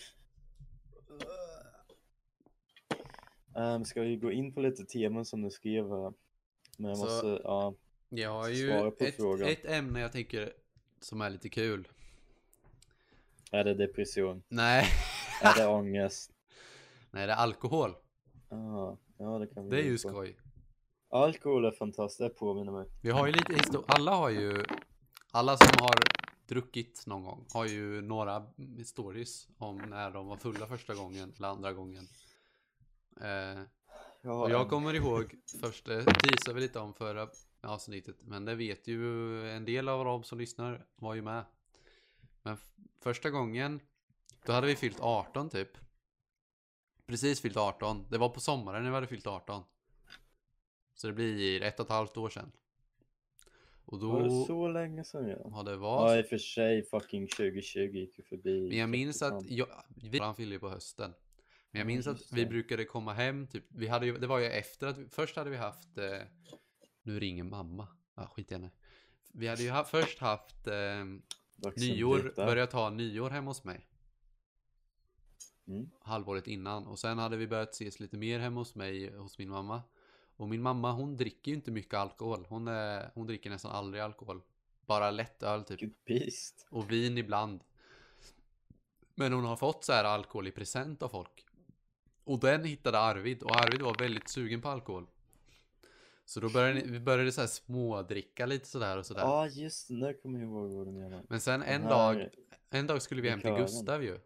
Um, ska vi gå in på lite teman som du skrev här? Men jag Så- måste, ja. Jag har ju Svara på ett, frågan. ett ämne jag tycker som är lite kul. Är det depression? Nej. Är det ångest? Nej, det är alkohol. Ah, ja, det kan vi Det är gå in ju på. skoj. Alkohol är fantastiskt, det påminner mig. Vi har ju lite historia. Alla har ju, alla som har druckit någon gång har ju några stories om när de var fulla första gången eller andra gången. Eh, Ja, och jag en- kommer ihåg, först det teasade vi lite om förra avsnittet, men det vet ju en del av dem som lyssnar var ju med. Men f- första gången, då hade vi fyllt arton typ. Precis fyllt arton. Det var på sommaren när vi hade fyllt arton. Så det blir ett och ett halvt år sedan. Och Var det då, så länge sedan ja? ja det var, Ja, i och för sig fucking tjugo tjugo gick ju förbi. men jag minns att, jättesnabbt. jag, vi, han fyllde ju på hösten. Men jag Ja, minns att just vi det. brukade komma hem, typ, vi hade ju, det var ju efter att, vi, först hade vi haft, eh, nu ringer mamma, ja skit i henne. Vi hade ju ha, först haft eh, Dags att nyår, byta. börjat ta nyår hemma hos mig. Mm. Halvåret innan. Och sen hade vi börjat ses lite mer hemma hos mig, hos min mamma. Och min mamma, hon dricker ju inte mycket alkohol. Hon, är, hon dricker nästan aldrig alkohol. Bara lättöl typ. Good beast. Och vin ibland. Men hon har fått så här alkohol i present av folk. Och den hittade Arvid. Och Arvid var väldigt sugen på alkohol. Så då började vi började så här smådricka lite sådär och sådär. Ja, ah, just det. Nu kommer jag ihåg vad du menar. Men sen en här- dag, en dag skulle vi hem till likören. Gustav ju.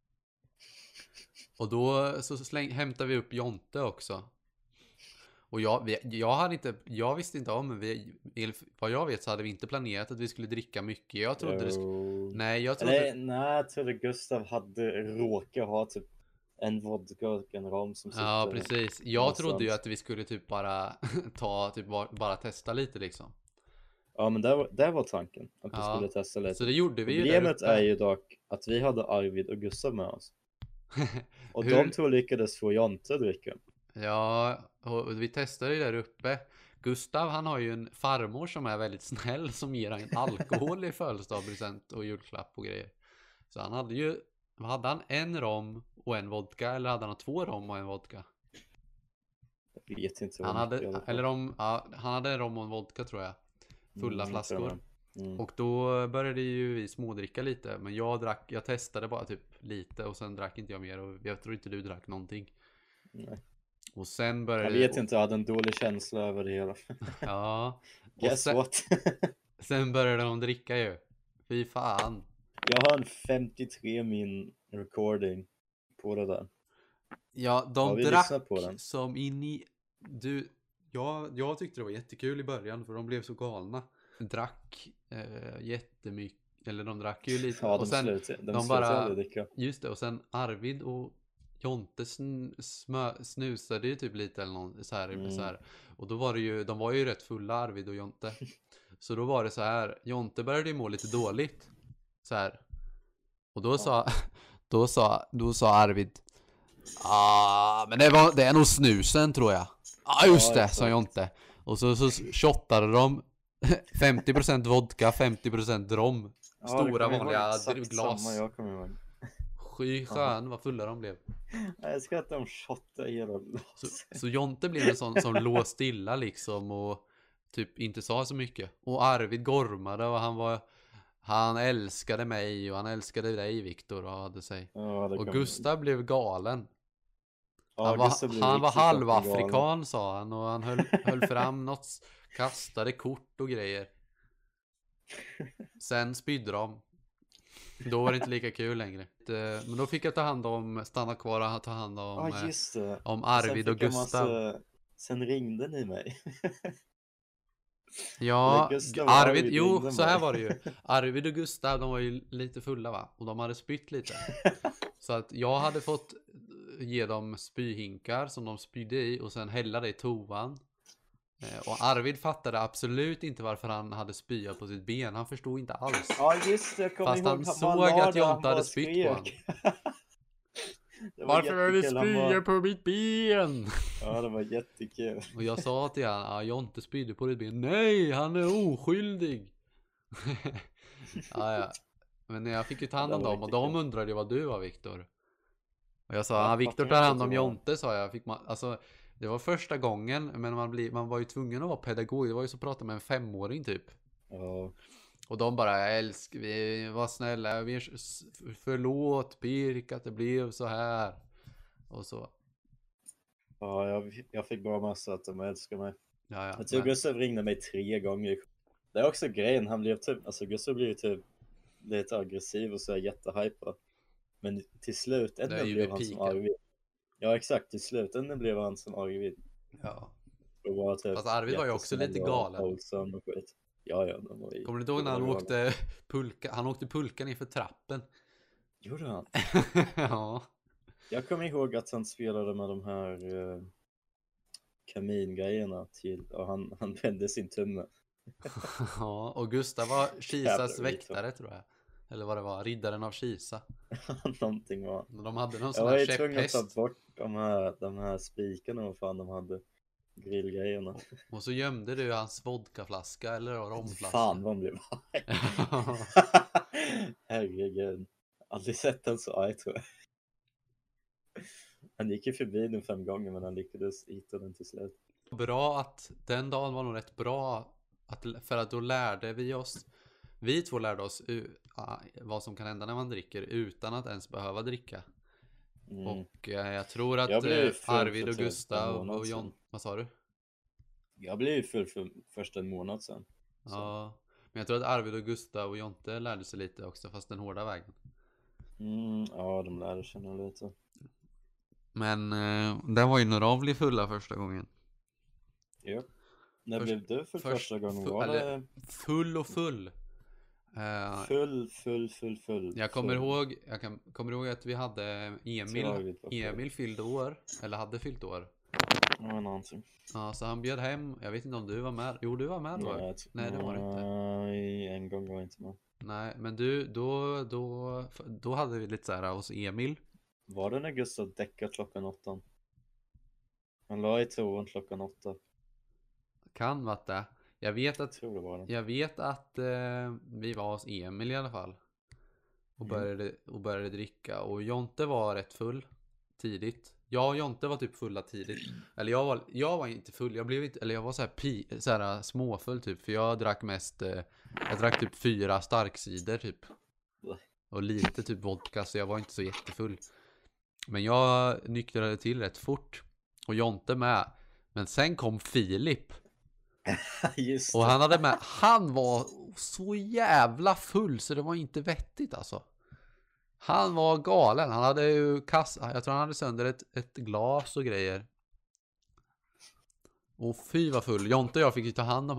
Och då så släng, hämtade vi upp Jonte också. Och jag, vi, jag hade inte, jag visste inte om, men vi, vad jag vet så hade vi inte planerat att vi skulle dricka mycket. Jag trodde det skulle, Jo. nej jag trodde, Eller, nej, jag trodde Gustav hade råkat ha typ en vodka och en rom som sitter. ja precis. Jag någonstans. trodde ju att vi skulle typ bara ta, typ bara, bara testa lite liksom. Ja, men det var, det var tanken. Att vi Ja, skulle testa lite. Så det gjorde vi ju där Problemet uppe. är ju dock att vi hade Arvid och Gustav med oss. Och Hur- de två lyckades få Jonte att dricka. Ja, och vi testade ju där uppe. Gustav, han har ju en farmor som är väldigt snäll som ger han alkohol i födelsedagspresent och julklapp och grejer. Så han hade ju, hade han en rom och en vodka eller hade han två rom och en vodka? Jag vet inte vad Han mycket i hade, alla fall. eller om, ja, han hade en rom och en vodka tror jag. Fulla Mm, jag tror flaskor. det. Mm. Och då började ju vi smådricka lite. Men jag drack, jag testade bara typ lite och sen drack inte jag mer. Och jag tror inte du drack någonting. Nej. Och sen började Jag vet inte, jag hade en dålig känsla över det hela. Ja. Och Guess sen, what? sen började de dricka ju. Fy fan. Jag har en femtiotre min recording på det där. Ja, de Har vi drack lyssnat på den? som in i... Du, ja, jag tyckte det var jättekul i början för de blev så galna. drack eh, jättemycket. Eller de drack ju lite. Ja, de och sen slutar, de de slutar bara, aldrig dricka. just det, och sen Arvid och Jonte sn, smö, snusade ju typ lite eller någon, så här, Mm. så här. Och då var det ju, de var ju rätt fulla, Arvid och Jonte. Så då var det så här, Jonte började ju må lite dåligt. Så här. Och då sa, då sa, då sa Arvid, ah, men det, var, det är nog snusen tror jag. Ja, ah, just Ja, det, exakt. sa Jonte. Och så, så shottade de femtio procent vodka, femtio procent rom. Ja, det Stora kommer jag ihåg vanliga exakt glas. Samma jag kommer ihåg. Sky skön, vad fulla de blev. Jag älskar att de shottade hela Så, glaset. så Jonte blev en sån som låg stilla liksom och typ inte sa så mycket. Och Arvid gormade och han var, han älskade mig och han älskade dig Viktor och hade sig. Ja, det Och kommer- Gustav blev galen. Ja, Han Gustav var, blev han var riktigt fucking galen. halvafrikan sa han och han höll, höll fram något, kastade kort och grejer. Sen spydde de. Då var det inte lika kul längre. Eh, Men då fick jag ta hand om, stanna kvar och ta hand om, Ja, eh, just det. om Sen Arvid och fick jag Gustav. massa- Sen ringde ni mig. Ja, Eller Gustav och Arvid, Arvid jo ringde så här mig. var det ju. Arvid och Gustav, de var ju lite fulla va? Och de hade spytt lite. Så att jag hade fått ge dem spyhinkar som de spydde i och sen hälla det i toan. Eh, Och Arvid fattade absolut inte varför han hade spyat på sitt ben. Han förstod inte alls. Ja, just det. Jag kommer Fast ihåg han bara såg la att där, han Jonte bara hade spytt på skrek. Det var jättekul, han bara- på mitt ben? Ja, det var jättekul. Och jag sa till han, ja Jonte spydde på ditt ben. Nej, han är oskyldig. ja, ja. Men jag fick ju ta hand om Det var dem och riktigt de kul. undrade ju vad du var Viktor. Och jag sa, Ja, ja, jag Viktor fattar tar inte hand att om det var- Jonte sa jag. Fick man, alltså, det var första gången, men man, bli, man var ju tvungen att vara pedagog. Det var ju så att prata med en femåring typ. Ja, Och de bara, jag älskar, vi var snälla, vi förlåt Pirk att det blev så här. Och så. ja jag, jag fick bara massa att de älskar mig. Ja, ja. Jag tror Men, Gustav ringde mig tre gånger. Det är också grejen, han blev typ, alltså Gustav blev ju typ lite aggressiv och så är jättehypad. Men till slut, Det är ändå ju blev vid han som piken. Arvid. Ja, exakt, till slut, ändå blev han som Arvid. ja. Och var typ Fast Arvid var ju också lite jättesnäll och galen. hållsam och skit. Ja, ja, de var ju... Kommer du inte ihåg när han åkte pulka? Han åkte pulkan inför trappen. Gjorde han? ja. Jag kommer ihåg att han spelade med de här uh, kamingrejerna till, och han, han vände sin tumme. ja. Och Gustav var Kisas Jävlar, väktare tror jag. Eller vad det var, riddaren av Kisa. Någonting var. De hade någon Jag sån var här ju tvungen att ta käpphäst. bort de här, de här spikarna och vad fan de hade. Grillgrejerna. Och så gömde du hans vodkaflaska eller romflaska. Fan vad han blev arg. Herregud. Aldrig sett en så arg tror jag. Han gick ju förbi den fem gånger men han lyckades hitta den till slut. Bra att den dagen var nog rätt bra att, för att då lärde vi oss, vi två lärde oss u- ah, vad som kan hända när man dricker utan att ens behöva dricka. Mm. Och eh, jag tror att Jag blev eh, full Arvid för och typ en Gustav månad och John, sedan. vad sa du? Jag blev ju full för först en månad sedan. Så. Ja, men jag tror att Arvid och Gustav och Jonte lärde sig lite också fast den hårda vägen. Mm, ja, de lärde känna lite. Men eh, den var ju när de blev fulla första gången. Ja. När Först- blev du för först- första gången? fu- Var eller- det Full och full. Eh, full, full, full, full? jag kommer full. ihåg, jag kan, kommer ihåg att vi hade Emil, Tragiskt, vad full. Emil fyllde år, eller hade fyllt år. Ja, någonting. Ja, så han bjöd hem, jag vet inte om du var med. Jo, du var med då. Nej, jag tror- Nej, det var det inte. Nej, en gång var jag inte med. Nej, men du, då, då, då hade vi lite så här hos Emil. Var det när Gustav däckade klockan åtta? Han la i toan klockan åtta. Kan vara det. Jag vet Jag att, tror det var det. jag vet att eh, vi var hos Emil i alla fall. Och Mm. började, och började dricka. Och Jonte var rätt full tidigt. Jag och Jonte var typ fulla tidigt. Eller jag var, jag var inte full. Jag blev inte, eller jag var så här, pi, så här småfull typ. För jag drack mest, eh, jag drack typ fyra starkcider typ. Och lite typ vodka, så jag var inte så jättefull. Men jag nyktrade till rätt fort. Och Jonte med. Men sen kom Filip. Just Och det. han hade med, han var så jävla full så det var inte vettigt alltså. Han var galen, han hade ju kassa, jag tror han hade sönder ett, ett glas och grejer. Och fy vad full, Jonte och jag fick ju ta hand om han.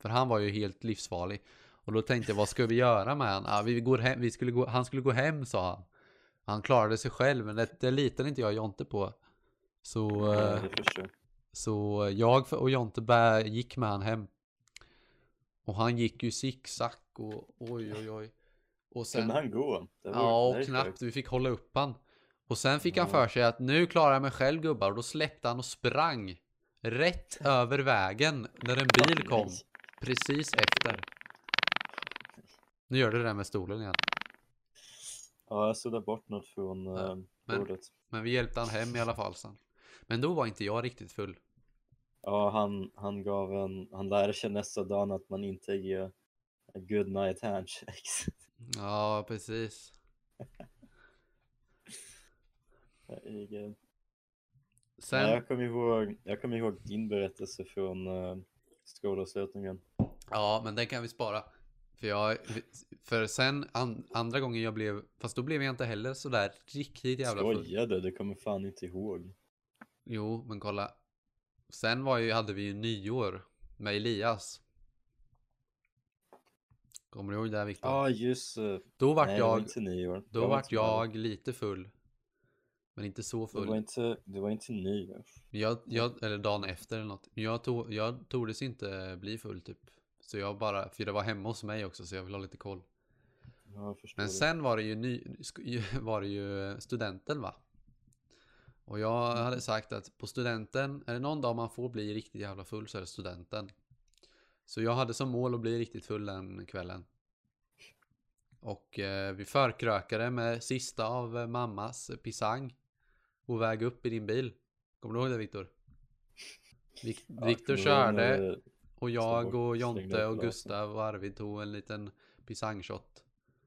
För han var ju helt livsfarlig. Och då tänkte jag, vad ska vi göra med han? Ja, vi går hem, vi skulle gå, han skulle gå hem, sa han. Han klarade sig själv, men det, det litade inte jag Jonte på. Så, Ja, eh, det förstår. så jag och Jonte bär, gick med han hem. Och han gick ju zigzag och oj oj oj. Och sen, Kunde han gå? Det var, ja, det är och knappt, sjukt. vi fick hålla upp han. Och sen fick han Ja. för sig att nu klarar jag mig själv gubbar. Och då släppte han och sprang rätt över vägen när en bil kom Nej. precis efter. Nu gör det där med stolen igen. Ja, jag suddade bort något från Ja, uh, men- bordet. Men vi hjälpte han hem i alla fall sen. Men då var inte jag riktigt full. Ja, han, han gav en, han lärde sig nästa dag att man inte ger a good night handshakes. Ja, precis. Herregud. Sen, Nej, jag kommer ihåg, jag kommer ihåg din berättelse från uh, skolavslutningen. ja, men den kan vi spara. För jag, för sen an, andra gången jag blev, fast då blev jag inte heller så där riktigt jävla full. Skojade, du kommer fan inte ihåg. Jo, men kolla. Sen var ju, hade vi ju nyår med Elias. Kommer du ihåg det här, Viktor? Ja, ah, just uh, Då vart nej, det var jag, inte nyår. då var vart inte med. jag lite full. Men inte så Det var full. inte, det var inte nyår. Jag, jag, eller dagen efter eller något. Jag, tog, jag tordes inte bli full typ. Så jag bara, för det var hemma hos mig också så jag vill ha lite koll. Ja, jag förstår Men det. sen var det ju, ny, sk- var det ju studenten va? Och jag hade sagt att på studenten, är det någon dag man får bli riktigt jävla full så är det studenten. Så jag hade som mål att bli riktigt full den kvällen. Och eh, vi förkrökade med sista av eh, mammas pisang. Och väg upp i din bil. Kommer du ihåg det, Viktor? Vik- Ja, Viktor kommer du ihåg när körde det- och jag bort- och slängde Jonte upp och glasen? Gustav och Arvid tog en liten pisangshot.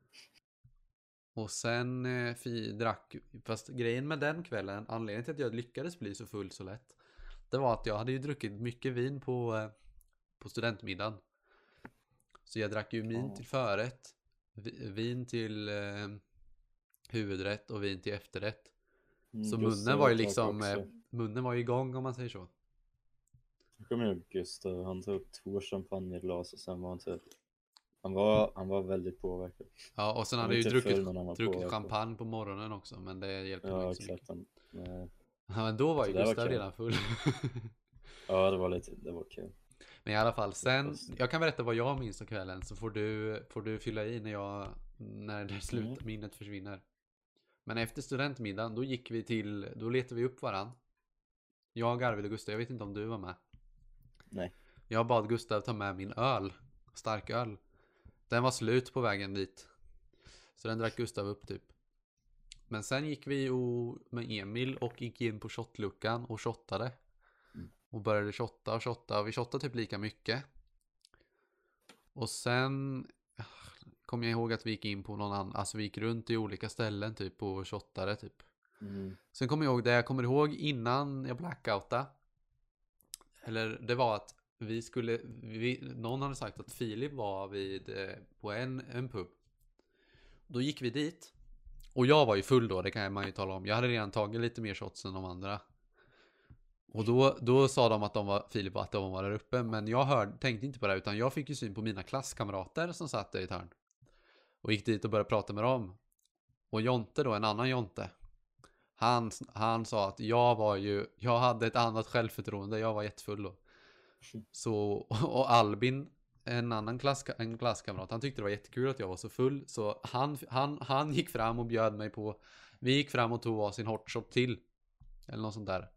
Och sen eh, fi drack, fast grejen med den kvällen, anledningen till att jag lyckades bli så full så lätt, det var att jag hade ju druckit mycket vin på, eh, på studentmiddagen. Så jag drack ju vin Ja. till förrätt, vi- vin till eh, huvudrätt och vin till efterrätt. Mm, Så Gustav munnen var ju drack liksom, också. eh, munnen var ju igång om man säger så. Jag kommer ihåg Gustav, han tog upp två champagneglas och sen var han typ, han var, han var väldigt påverkad. Ja, och sen Han hade var jag ju inte full, druckit, men han var druckit påverkad. champagne på morgonen också, men det hjälpte mig Ja, inte så mycket. exakt. Han, nej. Ja, men då var ju Så det var Gustav kul. redan full. Ja, det var lite, det var kul. Men i alla fall, sen, Fast- jag kan berätta vad jag minns av kvällen så får du, får du fylla i när jag, när det slut, Mm. minnet försvinner. Men efter studentmiddagen, då gick vi till, då letade vi upp varann. Jag, Arvid och Gustav, jag vet inte om du var med. Nej. Jag bad Gustav ta med min öl, stark öl. Den var slut på vägen dit. Så den drack Gustav upp typ. Men sen gick vi och, med Emil och gick in på shotluckan och shottade. Mm. Och började shotta och shotta. Och vi shottade typ lika mycket. Och sen kom jag ihåg att vi gick in på någon annan. Alltså vi gick runt i olika ställen typ och shottade typ. Mm. Sen kommer jag ihåg det jag kommer ihåg innan jag blackoutade. Eller det var att vi skulle, vi, någon hade sagt att Filip var vid, eh, på en, en pub. Då gick vi dit. Och jag var ju full då, det kan man ju tala om. Jag hade redan tagit lite mer shots än de andra. Och då, då sa de att de var, Filip att de var där uppe. Men jag hörde, tänkte inte på det, utan jag fick ju syn på mina klasskamrater som satt där i ett hörn. Och gick dit och började prata med dem. Och Jonte då, en annan Jonte. Han, han sa att jag var ju, jag hade ett annat självförtroende, jag var jättefull då. Så, och Albin, en annan klass, en klasskamrat, han tyckte det var jättekul att jag var så full. Så han, han, han gick fram och bjöd mig på, vi gick fram och tog varsin hot shot till. Eller något sånt där.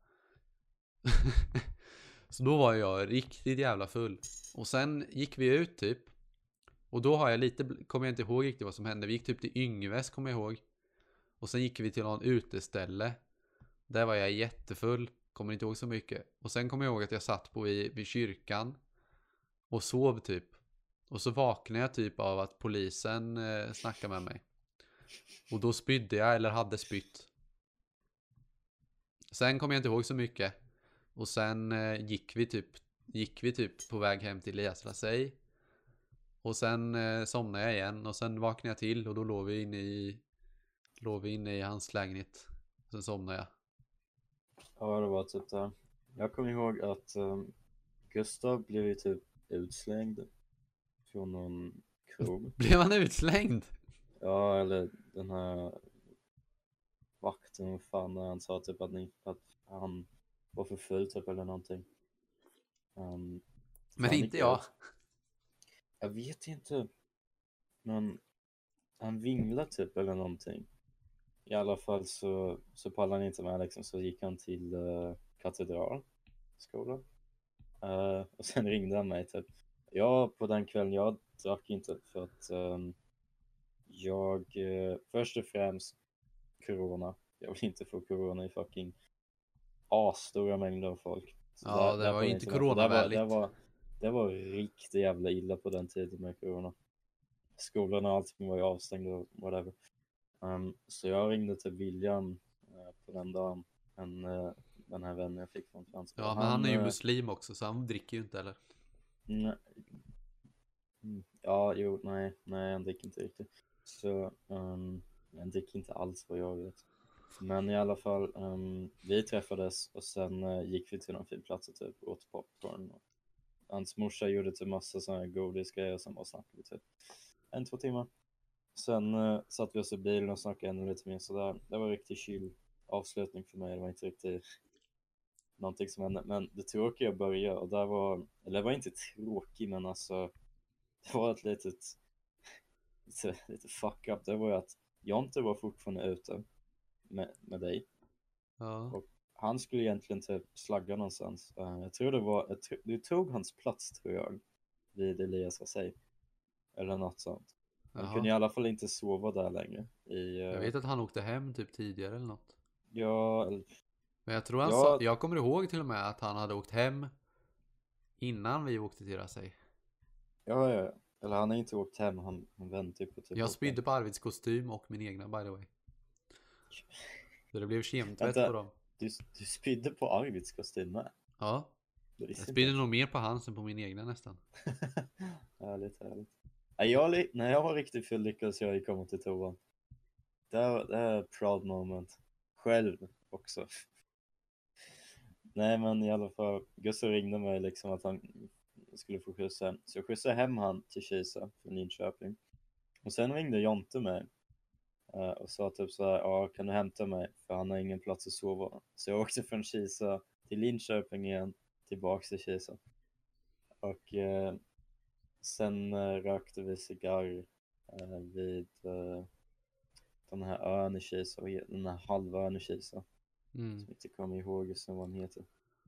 Så då var jag riktigt jävla full. Och sen gick vi ut typ. Och då har jag lite, kommer jag inte ihåg riktigt vad som hände. Vi gick typ till Yngves, kommer jag ihåg. Och sen gick vi till någon uteställe. Där var jag jättefull. Kommer inte ihåg så mycket. Och sen kommer jag ihåg att jag satt på i, vid kyrkan. Och sov typ. Och så vaknade jag typ av att polisen eh, snackade med mig. Och då spydde jag eller hade spytt. Sen kommer jag inte ihåg så mycket. Och sen eh, gick vi typ gick vi typ på väg hem till Elias Rasej. Och sen eh, somnade jag igen. Och sen vaknade jag till. Och då låg vi inne i låg vi inne i hans lägenhet. Sen somnade jag. Ja, det var typ det. Jag kommer ihåg att um, Gustav blev ju typ utslängd från någon krog. Blev han utslängd? Ja, eller den här vakten, vad fan, när han sa typ att, ni, att han var för full typ eller någonting. Um, Men inte jag. Ut. Jag vet inte. Men han vinglade typ eller någonting. I alla fall så, så pallade han inte med liksom, så gick han till uh, katedralskolan. Uh, och sen ringde han mig typ. Ja, på den kvällen jag drack inte för att um, jag uh, först och främst corona. Jag vill inte få corona i fucking asstora mängder av folk. Så Ja, där, det där var får ju jag inte vara. Det var, coronavänligt. det, var, det var riktigt jävla illa på den tiden med corona. Skolorna och allting var ju avstängda och whatever. Um, så jag ringde till William uh, på den dagen. En, uh, den här vännen jag fick från franska. Ja, men han, han är ju uh, muslim också, så han dricker ju inte heller. nej, mm, ja, jo, nej, nej, han dricker inte riktigt. Så, um, han dricker inte alls vad jag vet. Men i alla fall, um, vi träffades och sen uh, gick vi till någon fin plats och typ åt popcorn. Och hans morsa gjorde typ massa sådana här godisgrejer och sen bara snackade vi typ en, två timmar. Sen uh, satt vi oss i bilen och snackade ännu lite mer sådär. Det var riktigt chill avslutning för mig. Det var inte riktigt någonting som hände. Men det tråkiga började och där var, eller det var inte tråkigt men alltså det var ett litet lite, lite fuck up. Det var ju att Jonte var fortfarande ute med, med dig. Ja. Och han skulle egentligen typ slagga någonstans. Uh, jag tror det var, jag tro, du tog hans plats tror jag vid Elias Rassej. Eller något sånt. Han Jaha. kunde i alla fall inte sova där längre. I, uh, Jag vet att han åkte hem typ tidigare eller något. Ja, eller, Men jag tror han ja, sa, jag kommer ihåg till och med att han hade åkt hem innan vi åkte till Rassej. ja, ja. Eller han har inte åkt hem, han, han väntade på typ. Jag spydde på Arvids kostym och min egna by the way. Så det blev kemtvätt Vänta. på dem. Du, du spydde på Arvids kostym med? Ja. Det Jag visste spydde inte. nog mer på hans än på min egna nästan. Härligt, härligt. Nej, jag, li- när jag var riktigt full lyckades jag komma till toan. Det är, det är ett proud moment. Själv också. Nej, men i alla fall, Gustav ringde mig liksom att han skulle få skjuts hem. Så jag skjutsade hem han till Kisa från Linköping. Och sen ringde Jonte mig uh, och sa typ så här, ja, kan du hämta mig? För han har ingen plats att sova. Så jag åkte från Kisa till Linköping igen, tillbaks till Kisa. Och uh, sen uh, rökte vi cigarr uh, vid uh, den här ön i Kisa, den här halvön i Kisa. Mm. Som inte kommer ihåg just vad han heter.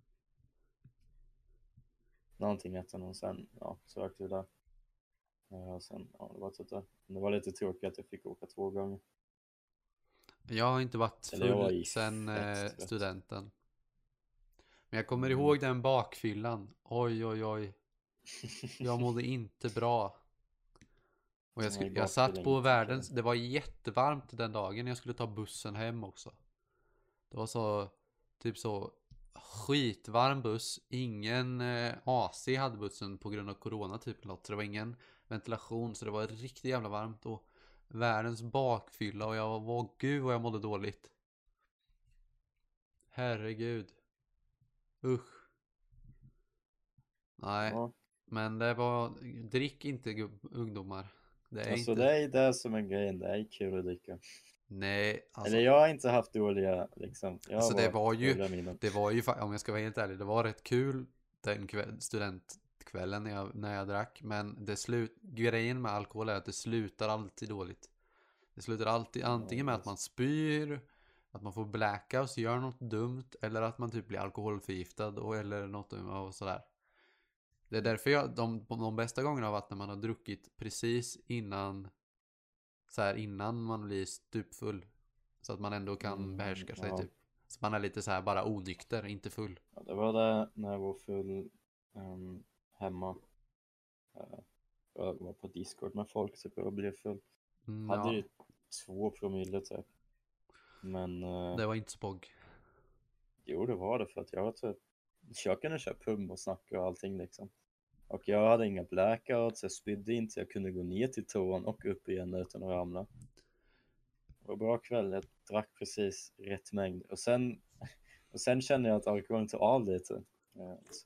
Någonting hette han och sen, ja, så rökte vi där. Uh, och sen, ja, det var typ det. Det var lite tråkigt att jag fick åka två gånger. Jag har inte varit Eller jag var full i sen eh, fett trött. studenten. Men jag kommer Mm. ihåg den bakfyllan. Oj, oj, oj. Jag mådde inte bra. Och jag, Nej, skulle, jag bakfyllan satt på inte världens... okej. Det var jättevarmt den dagen jag skulle ta bussen hem också. Det var så... Typ så... Skitvarm buss. Ingen eh, A C hade bussen på grund av corona typ eller något. Så det var ingen ventilation. Så det var riktigt jävla varmt. Och världens bakfylla. Och jag var... Gud vad jag mådde dåligt. Herregud. Usch. Nej. Ja. Men det var... Drick inte gubb- ungdomar. Det är Alltså inte... det är det som är grejen, det är kul att dricka. Nej, alltså... Eller jag har inte haft dåliga liksom. Jag Alltså har det varit var ju, dåliga minnen. det var ju, fa- om jag ska vara helt ärlig, det var rätt kul den kväll, studentkvällen när jag, när jag drack. Men det slut, grejen med alkohol är att det slutar alltid dåligt. Det slutar alltid antingen med att man spyr, att man får blackouts, gör något dumt, eller att man typ blir alkoholförgiftad och, eller något och sådär. Det är därför jag, de, de bästa gångerna har varit när man har druckit precis innan, så här innan man blir stupfull. Så att man ändå kan Mm, behärska sig ja. typ. Så man är lite så här bara onykter, inte full. Ja, det var det när jag var full um, hemma. Uh, jag var på Discord med folk typ och blev full. Mm, Hade ja, ju två promille typ. Men uh, det var inte spogg. jo, det var det för att jag var typ, jag kunde köra pump och snacka och allting liksom. Och jag hade inga blackouts, jag spydde inte, jag kunde gå ner till toan och upp igen utan att ramla. Det var en bra kväll, jag drack precis rätt mängd. Och sen, och sen kände jag att alkoholen tog av lite. Så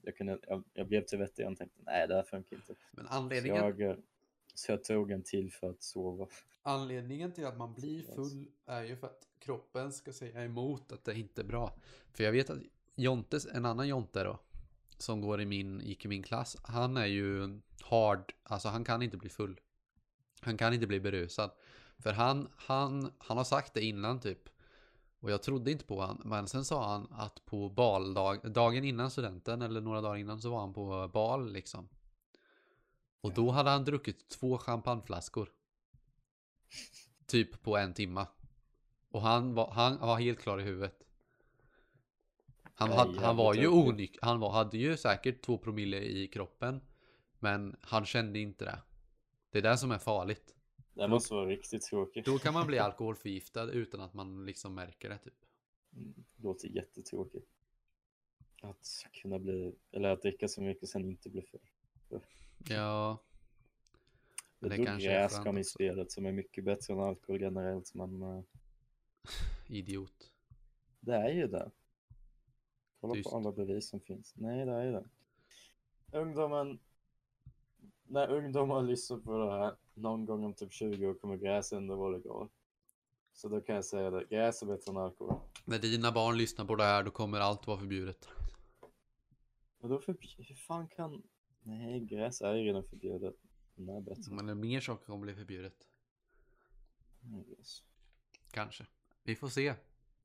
jag, kunde, jag, jag blev till vettig och tänkte nej, det här funkar inte. Men Så anledningen, jag, så jag tog en till för att sova. anledningen till att man blir full är ju för att kroppen ska säga emot att det inte är bra. För jag vet att Jontes, en annan Jonte då, som går i min, gick i min klass, han är ju hard, alltså han kan inte bli full. Han kan inte bli berusad. För han, han, han har sagt det innan typ. Och jag trodde inte på han. Men sen sa han att på baldag, dagen innan studenten eller några dagar innan så var han på bal liksom. Och då hade han druckit två champagneflaskor. Typ på en timma. Och han var, han var helt klar i huvudet. Han, Nej, had, han var ju jävligt onyk. Han var, hade ju säkert två promille i kroppen. Men han kände inte det. Det är det som är farligt. Det måste vara riktigt tråkigt. Då kan man bli alkoholförgiftad utan att man liksom märker det typ. Mm, det låter jättetråkigt. Att kunna bli, eller att dricka så mycket och sen inte bli full. Ja. Det, det kanske är gräskam i spelet som är mycket bättre än alkohol generellt, men uh, idiot. Det är ju det. Kolla Tyst. på alla bevis som finns. Nej, det är ju det. Ungdomen, när ungdomar lyssnar på det här någon gång om typ tjugo år kommer gräs ändå vara legal. Så då kan jag säga det, gräs är bättre än alkohol. När dina barn lyssnar på det här då kommer allt vara förbjudet. Och då förbjudet, hur fan kan... Nej, gräs är ju redan förbjudet. Det är bättre. Men det är mer saker kommer bli förbjudet. Yes. Kanske. Vi får se.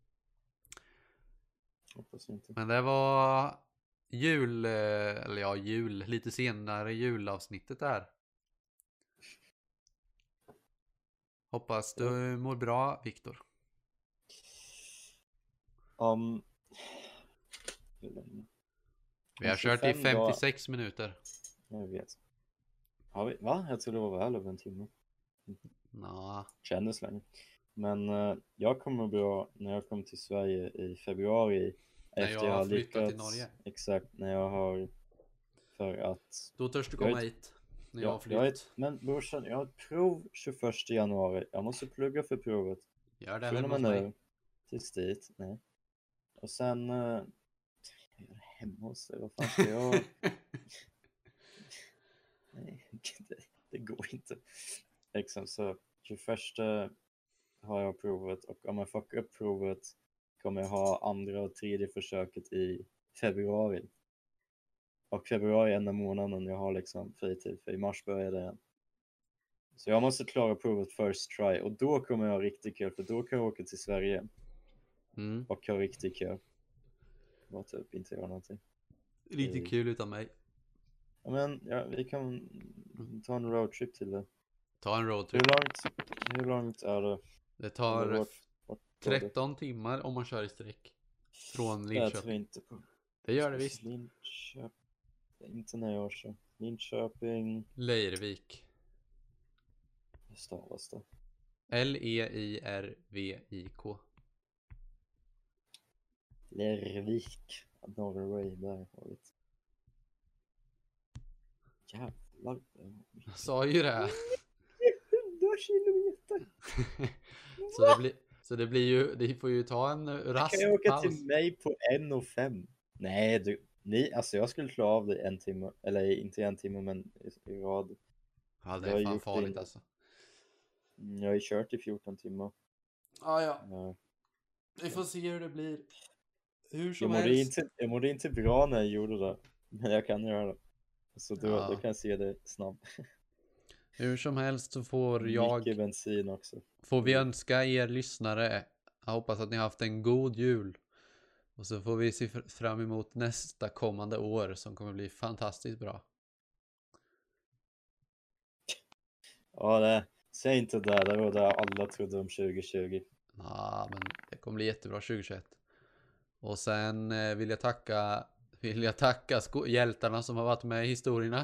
Hoppas inte. Men det var jul, eller ja jul, lite senare julavsnittet där. Hoppas du mår bra, Viktor. Um, Vi har kört i femtiosex dagar. Minuter. Jag vet. Har vi? Va? Jag tror det var väl över en timme. Nå. Kändes länge. Men uh, jag kommer bra när jag kommer till Sverige i februari. När efter jag, jag har har flyttat lyckats, till Norge. Exakt, när jag har... För att... Då törs du komma ett, hit. När ja, jag har flytt. jag ett, men brorsan, jag har ett prov tjugoförsta januari. Jag måste plugga för provet. Gör det Från hemma och hos med mig. nu tills dit, nej. Och sen... Uh, jag gör det hemma hos dig, vad fan ska jag... nej, det, det går inte. Liksom så, tjugoförsta har jag provet och om jag fuckar upp provet kommer jag ha andra och tredje försöket i februari. Och februari är enda månaden jag har liksom fritid, för i mars börjar det igen. Så jag måste klara provet first try och då kommer jag ha riktigt kul, för då kan jag åka till Sverige Mm. och ha riktigt kul. Bara typ inte göra någonting. Lite kul utan mig. Ja, men ja, vi kan ta en roadtrip till det. Ta en roadtrip. Hur långt, hur långt är det? Det tar Eller vart- vart går det? tretton timmar om man kör i sträck. Från Det tror jag Linköping. inte på. Det gör det visst. Linköping. Inte när jag kör. Linköping. Leirvik. Hur stavas det? L E I R V I K. Lervik. Norway. Där har vi det. Jävlar. Jag sa ju det. hundra kilometer. så, det blir, så det blir ju, det får ju ta en rask Kan jag åka paus. till mig på en och fem? Nej, du, ni, alltså jag skulle klara av det en timme. Eller inte en timme, men i, i rad. Ja, det jag har är fan gjort farligt det. alltså. Mm, Jag har ju kört i fjorton timmar. Ah, ja, Ja. vi får se hur det blir. Hur Jag som mådde, helst. inte, jag mådde inte bra när jag gjorde det. Men jag kan göra det. Så då, Ja. då kan jag se det snabbt. Hur som helst så får jag, Mycket bensin också. får vi önska er lyssnare. Jag hoppas att ni har haft en god jul. Och så får vi se fr- fram emot nästa kommande år som kommer bli fantastiskt bra. Ja, det, säg inte det. Det var det alla trodde om tjugo tjugo. Ja, men det kommer bli jättebra tjugohundratjugoett. Och sen eh, vill jag tacka vill jag tacka sko- hjältarna som har varit med i historierna.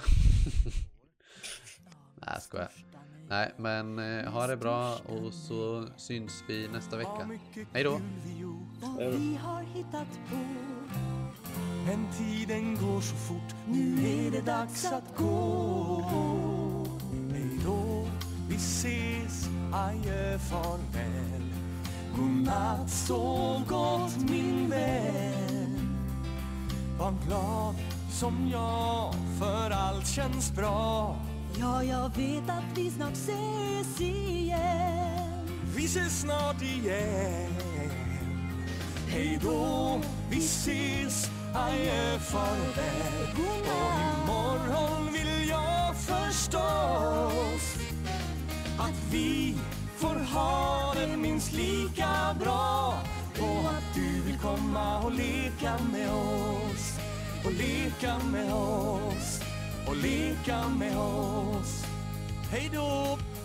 Nej, jag skojar. Nej, men eh, ha det bra och så syns vi nästa vecka. Hej då! Vad vi har hittat på. Men tiden går så fort, nu är det dags att gå. Hej då, vi ses, adjö, farväl. Godnatt, sov gott min vän. Var glad, som jag, för allt känns bra. Ja, jag vet att vi snart ses igen. Vi ses snart igen. Hej då, vi ses, adjö, farväl. Och imorgon vill jag förstås att vi får ha det minst lika bra. Och att du vill komma och leka med oss. Och leka med oss. Och leka med oss. Hej då!